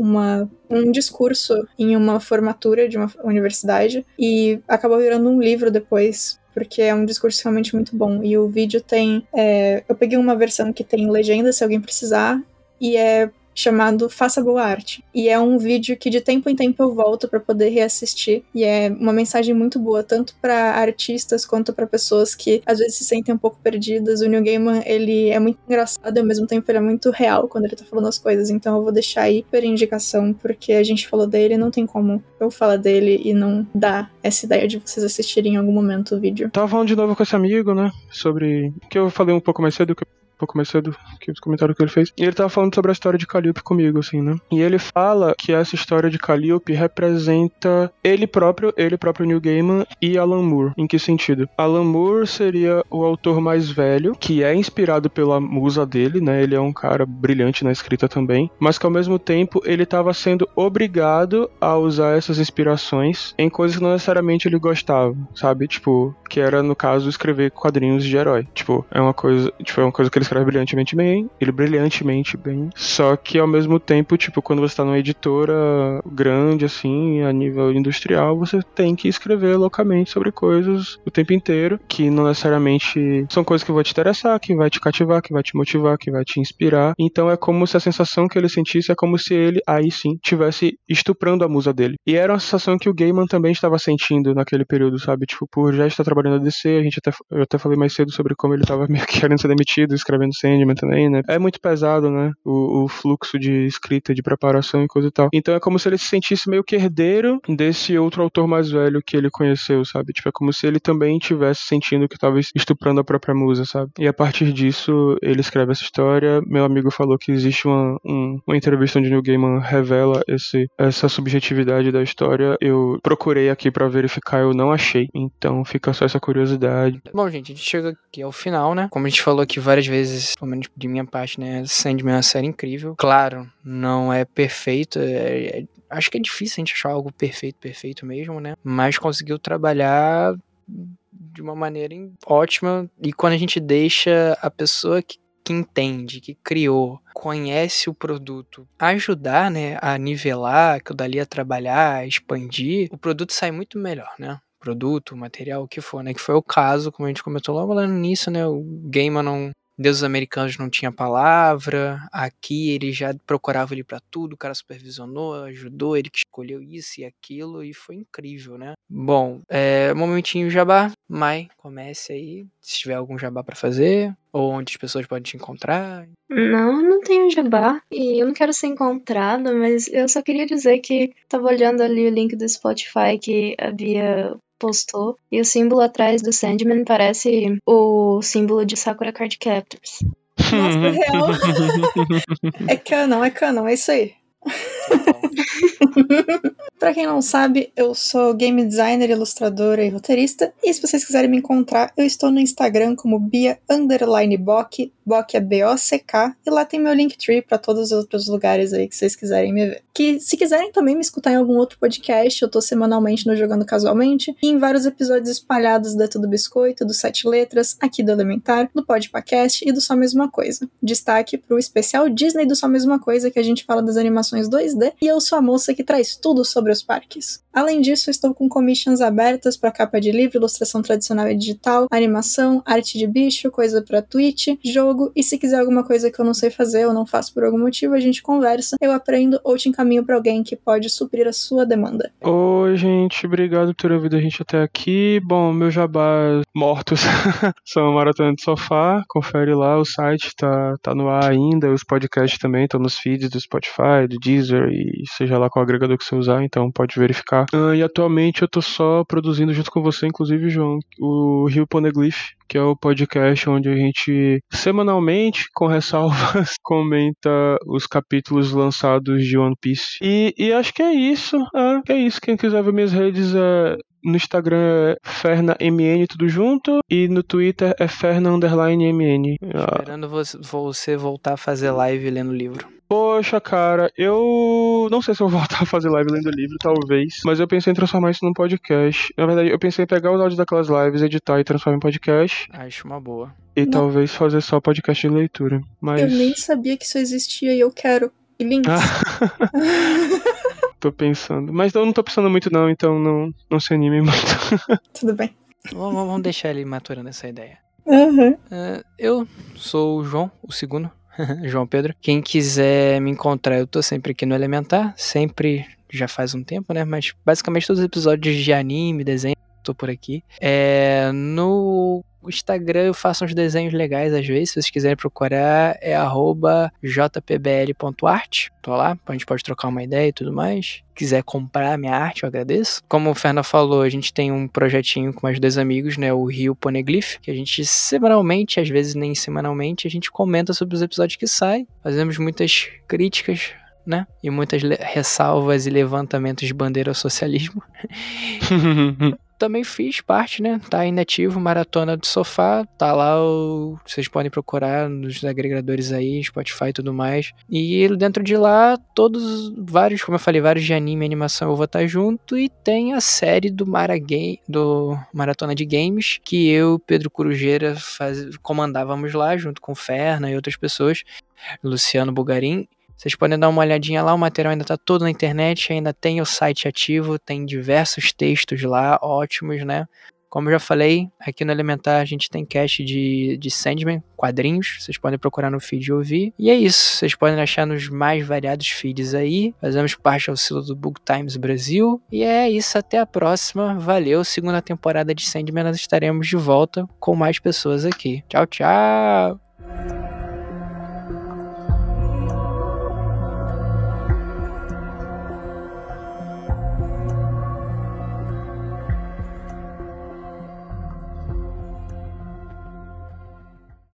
um discurso em uma formatura de uma universidade, e acabou virando um livro depois, porque é um discurso realmente muito bom. E o vídeo tem... eu peguei uma versão que tem legenda, se alguém precisar, e é chamado Faça Boa Arte. E é um vídeo que de tempo em tempo eu volto pra poder reassistir. E é uma mensagem muito boa, tanto pra artistas quanto pra pessoas que às vezes se sentem um pouco perdidas. O Neil Gaiman, ele é muito engraçado e ao mesmo tempo ele é muito real quando ele tá falando as coisas. Então eu vou deixar aí per indicação, porque a gente falou dele, não tem como eu falar dele e não dar essa ideia de vocês assistirem em algum momento o vídeo. Tava falando de novo com esse amigo, né, sobre... que eu falei um pouco mais cedo, que os comentários que ele fez. E ele tava falando sobre a história de Calliope comigo, assim, né? E ele fala que essa história de Calliope representa ele próprio Neil Gaiman e Alan Moore. Em que sentido? Alan Moore seria o autor mais velho, que é inspirado pela musa dele, né? Ele é um cara brilhante na escrita também, mas que ao mesmo tempo ele tava sendo obrigado a usar essas inspirações em coisas que não necessariamente ele gostava, sabe? Tipo, que era, no caso, escrever quadrinhos de herói. Tipo, é uma coisa que ele escreve brilhantemente bem, só que ao mesmo tempo, tipo, quando você tá numa editora grande, assim, a nível industrial, você tem que escrever loucamente sobre coisas o tempo inteiro, que não necessariamente são coisas que vão te interessar, que vai te cativar, que vai te motivar, que vai te inspirar. Então é como se a sensação que ele sentisse é como se ele, aí sim, tivesse estuprando a musa dele. E era uma sensação que o Gaiman também estava sentindo naquele período, sabe? Tipo, por já estar trabalhando na DC, eu até falei mais cedo sobre como ele tava meio que querendo ser demitido, escrevendo Sandman também, né? É muito pesado, né? O fluxo de escrita, de preparação e coisa e tal. Então é como se ele se sentisse meio que herdeiro desse outro autor mais velho que ele conheceu, sabe? Tipo, é como se ele também tivesse sentindo que tava estuprando a própria musa, sabe? E a partir disso, ele escreve essa história. Meu amigo falou que existe uma entrevista onde Neil Gaiman revela essa subjetividade da história. Eu procurei aqui pra verificar, eu não achei. Então fica só essa curiosidade. Bom, gente, a gente chega aqui ao final, né? Como a gente falou aqui várias vezes, pelo menos de minha parte, né? Sandman é uma série incrível. Claro, não é perfeito, acho que é difícil a gente achar algo perfeito mesmo, né? Mas conseguiu trabalhar de uma maneira ótima. E quando a gente deixa a pessoa que entende, que criou, conhece o produto, ajudar, né, a nivelar, aquilo dali a trabalhar, a expandir, o produto sai muito melhor, né? Produto, material, o que for, né? Que foi o caso, como a gente comentou logo lá no início, né? O Gaiman Deuses Americanos não tinha palavra, aqui ele já procurava ele pra tudo, o cara supervisionou, ajudou, ele que escolheu isso e aquilo, e foi incrível, né? Bom, momentinho jabá, Mai, comece aí, se tiver algum jabá pra fazer, ou onde as pessoas podem te encontrar. Não tenho jabá, e eu não quero ser encontrada, mas eu só queria dizer que tava olhando ali o link do Spotify que a Bia postou, e o símbolo atrás do Sandman parece o símbolo de Sakura Card Captors. Nossa, real. É canon, é isso aí. Pra quem não sabe, eu sou game designer, ilustradora e roteirista. E se vocês quiserem me encontrar, eu estou no Instagram como Bia_Bock. Bock é B-O-C-K. E lá tem meu Linktree pra todos os outros lugares aí que vocês quiserem me ver. Que se quiserem também me escutar em algum outro podcast, eu tô semanalmente no Jogando Casualmente. E em vários episódios espalhados da Tudo Biscoito, do 7 Letras, aqui do Elementar, do Podpacast e do Só Mesma Coisa. Destaque pro especial Disney do Só Mesma Coisa, que a gente fala das animações 2D. E eu sou a moça que traz tudo sobre os parques. Além disso, estou com commissions abertas para capa de livro, ilustração tradicional e digital, animação, arte de bicho, coisa para Twitch, jogo, e se quiser alguma coisa que eu não sei fazer ou não faço por algum motivo, a gente conversa, eu aprendo ou te encaminho para alguém que pode suprir a sua demanda. Oi, gente, obrigado por ter ouvido a gente até aqui. Bom, meus jabás mortos são a Maratona de Sofá, confere lá, o site tá no ar ainda, os podcasts também estão nos feeds do Spotify, do Deezer e seja lá qual agregador que você usar, então pode verificar. E atualmente eu tô só produzindo junto com você, inclusive, João, o Rio Poneglyph, que é o podcast onde a gente semanalmente, com ressalvas, comenta os capítulos lançados de One Piece. E acho que é isso. Quem quiser ver minhas redes no Instagram é FernaMN, tudo junto, e no Twitter é Ferna_MN. Esperando você voltar a fazer live lendo livro. Poxa, cara, eu não sei se eu vou voltar a fazer live lendo livro, talvez, mas eu pensei em transformar isso num podcast. Na verdade, eu pensei em pegar os áudios daquelas lives, editar e transformar em podcast. Acho uma boa. E talvez fazer só podcast de leitura. Mas... Eu nem sabia que isso existia e eu quero. E links. Tô pensando. Mas eu não tô pensando muito não, então não se anime muito. Tudo bem. Vamos deixar ele maturando essa ideia. Uhum. Eu sou o João, o segundo. João Pedro. Quem quiser me encontrar, eu tô sempre aqui no Elementar. Sempre, já faz um tempo, né? Mas basicamente todos os episódios de anime, desenho, tô por aqui. No Instagram eu faço uns desenhos legais às vezes. Se vocês quiserem procurar, é @jpbl.art. Tô lá, a gente pode trocar uma ideia e tudo mais. Quiser comprar minha arte, eu agradeço. Como o Ferna falou, a gente tem um projetinho com mais 2 amigos, né? O Rio Poneglyph, que a gente semanalmente, às vezes nem semanalmente, a gente comenta sobre os episódios que saem. Fazemos muitas críticas, né? E muitas ressalvas e levantamentos de bandeira ao socialismo. Também fiz parte, né? Tá inativo, Maratona do Sofá. Tá lá, vocês podem procurar nos agregadores aí, Spotify e tudo mais. E dentro de lá, vários, como eu falei, vários de anime e animação eu vou estar junto. E tem a série do Maratona de Games, que eu e Pedro Corujeira comandávamos lá, junto com o Ferna e outras pessoas. Luciano Bugarin. Vocês podem dar uma olhadinha lá, o material ainda tá todo na internet, ainda tem o site ativo, tem diversos textos lá, ótimos, né? Como eu já falei, aqui no Elementar a gente tem cast de Sandman, quadrinhos, vocês podem procurar no feed e ouvir. E é isso, vocês podem achar nos mais variados feeds aí, fazemos parte ao selo do Book Times Brasil. E é isso, até a próxima, valeu, segunda temporada de Sandman nós estaremos de volta com mais pessoas aqui. Tchau, tchau!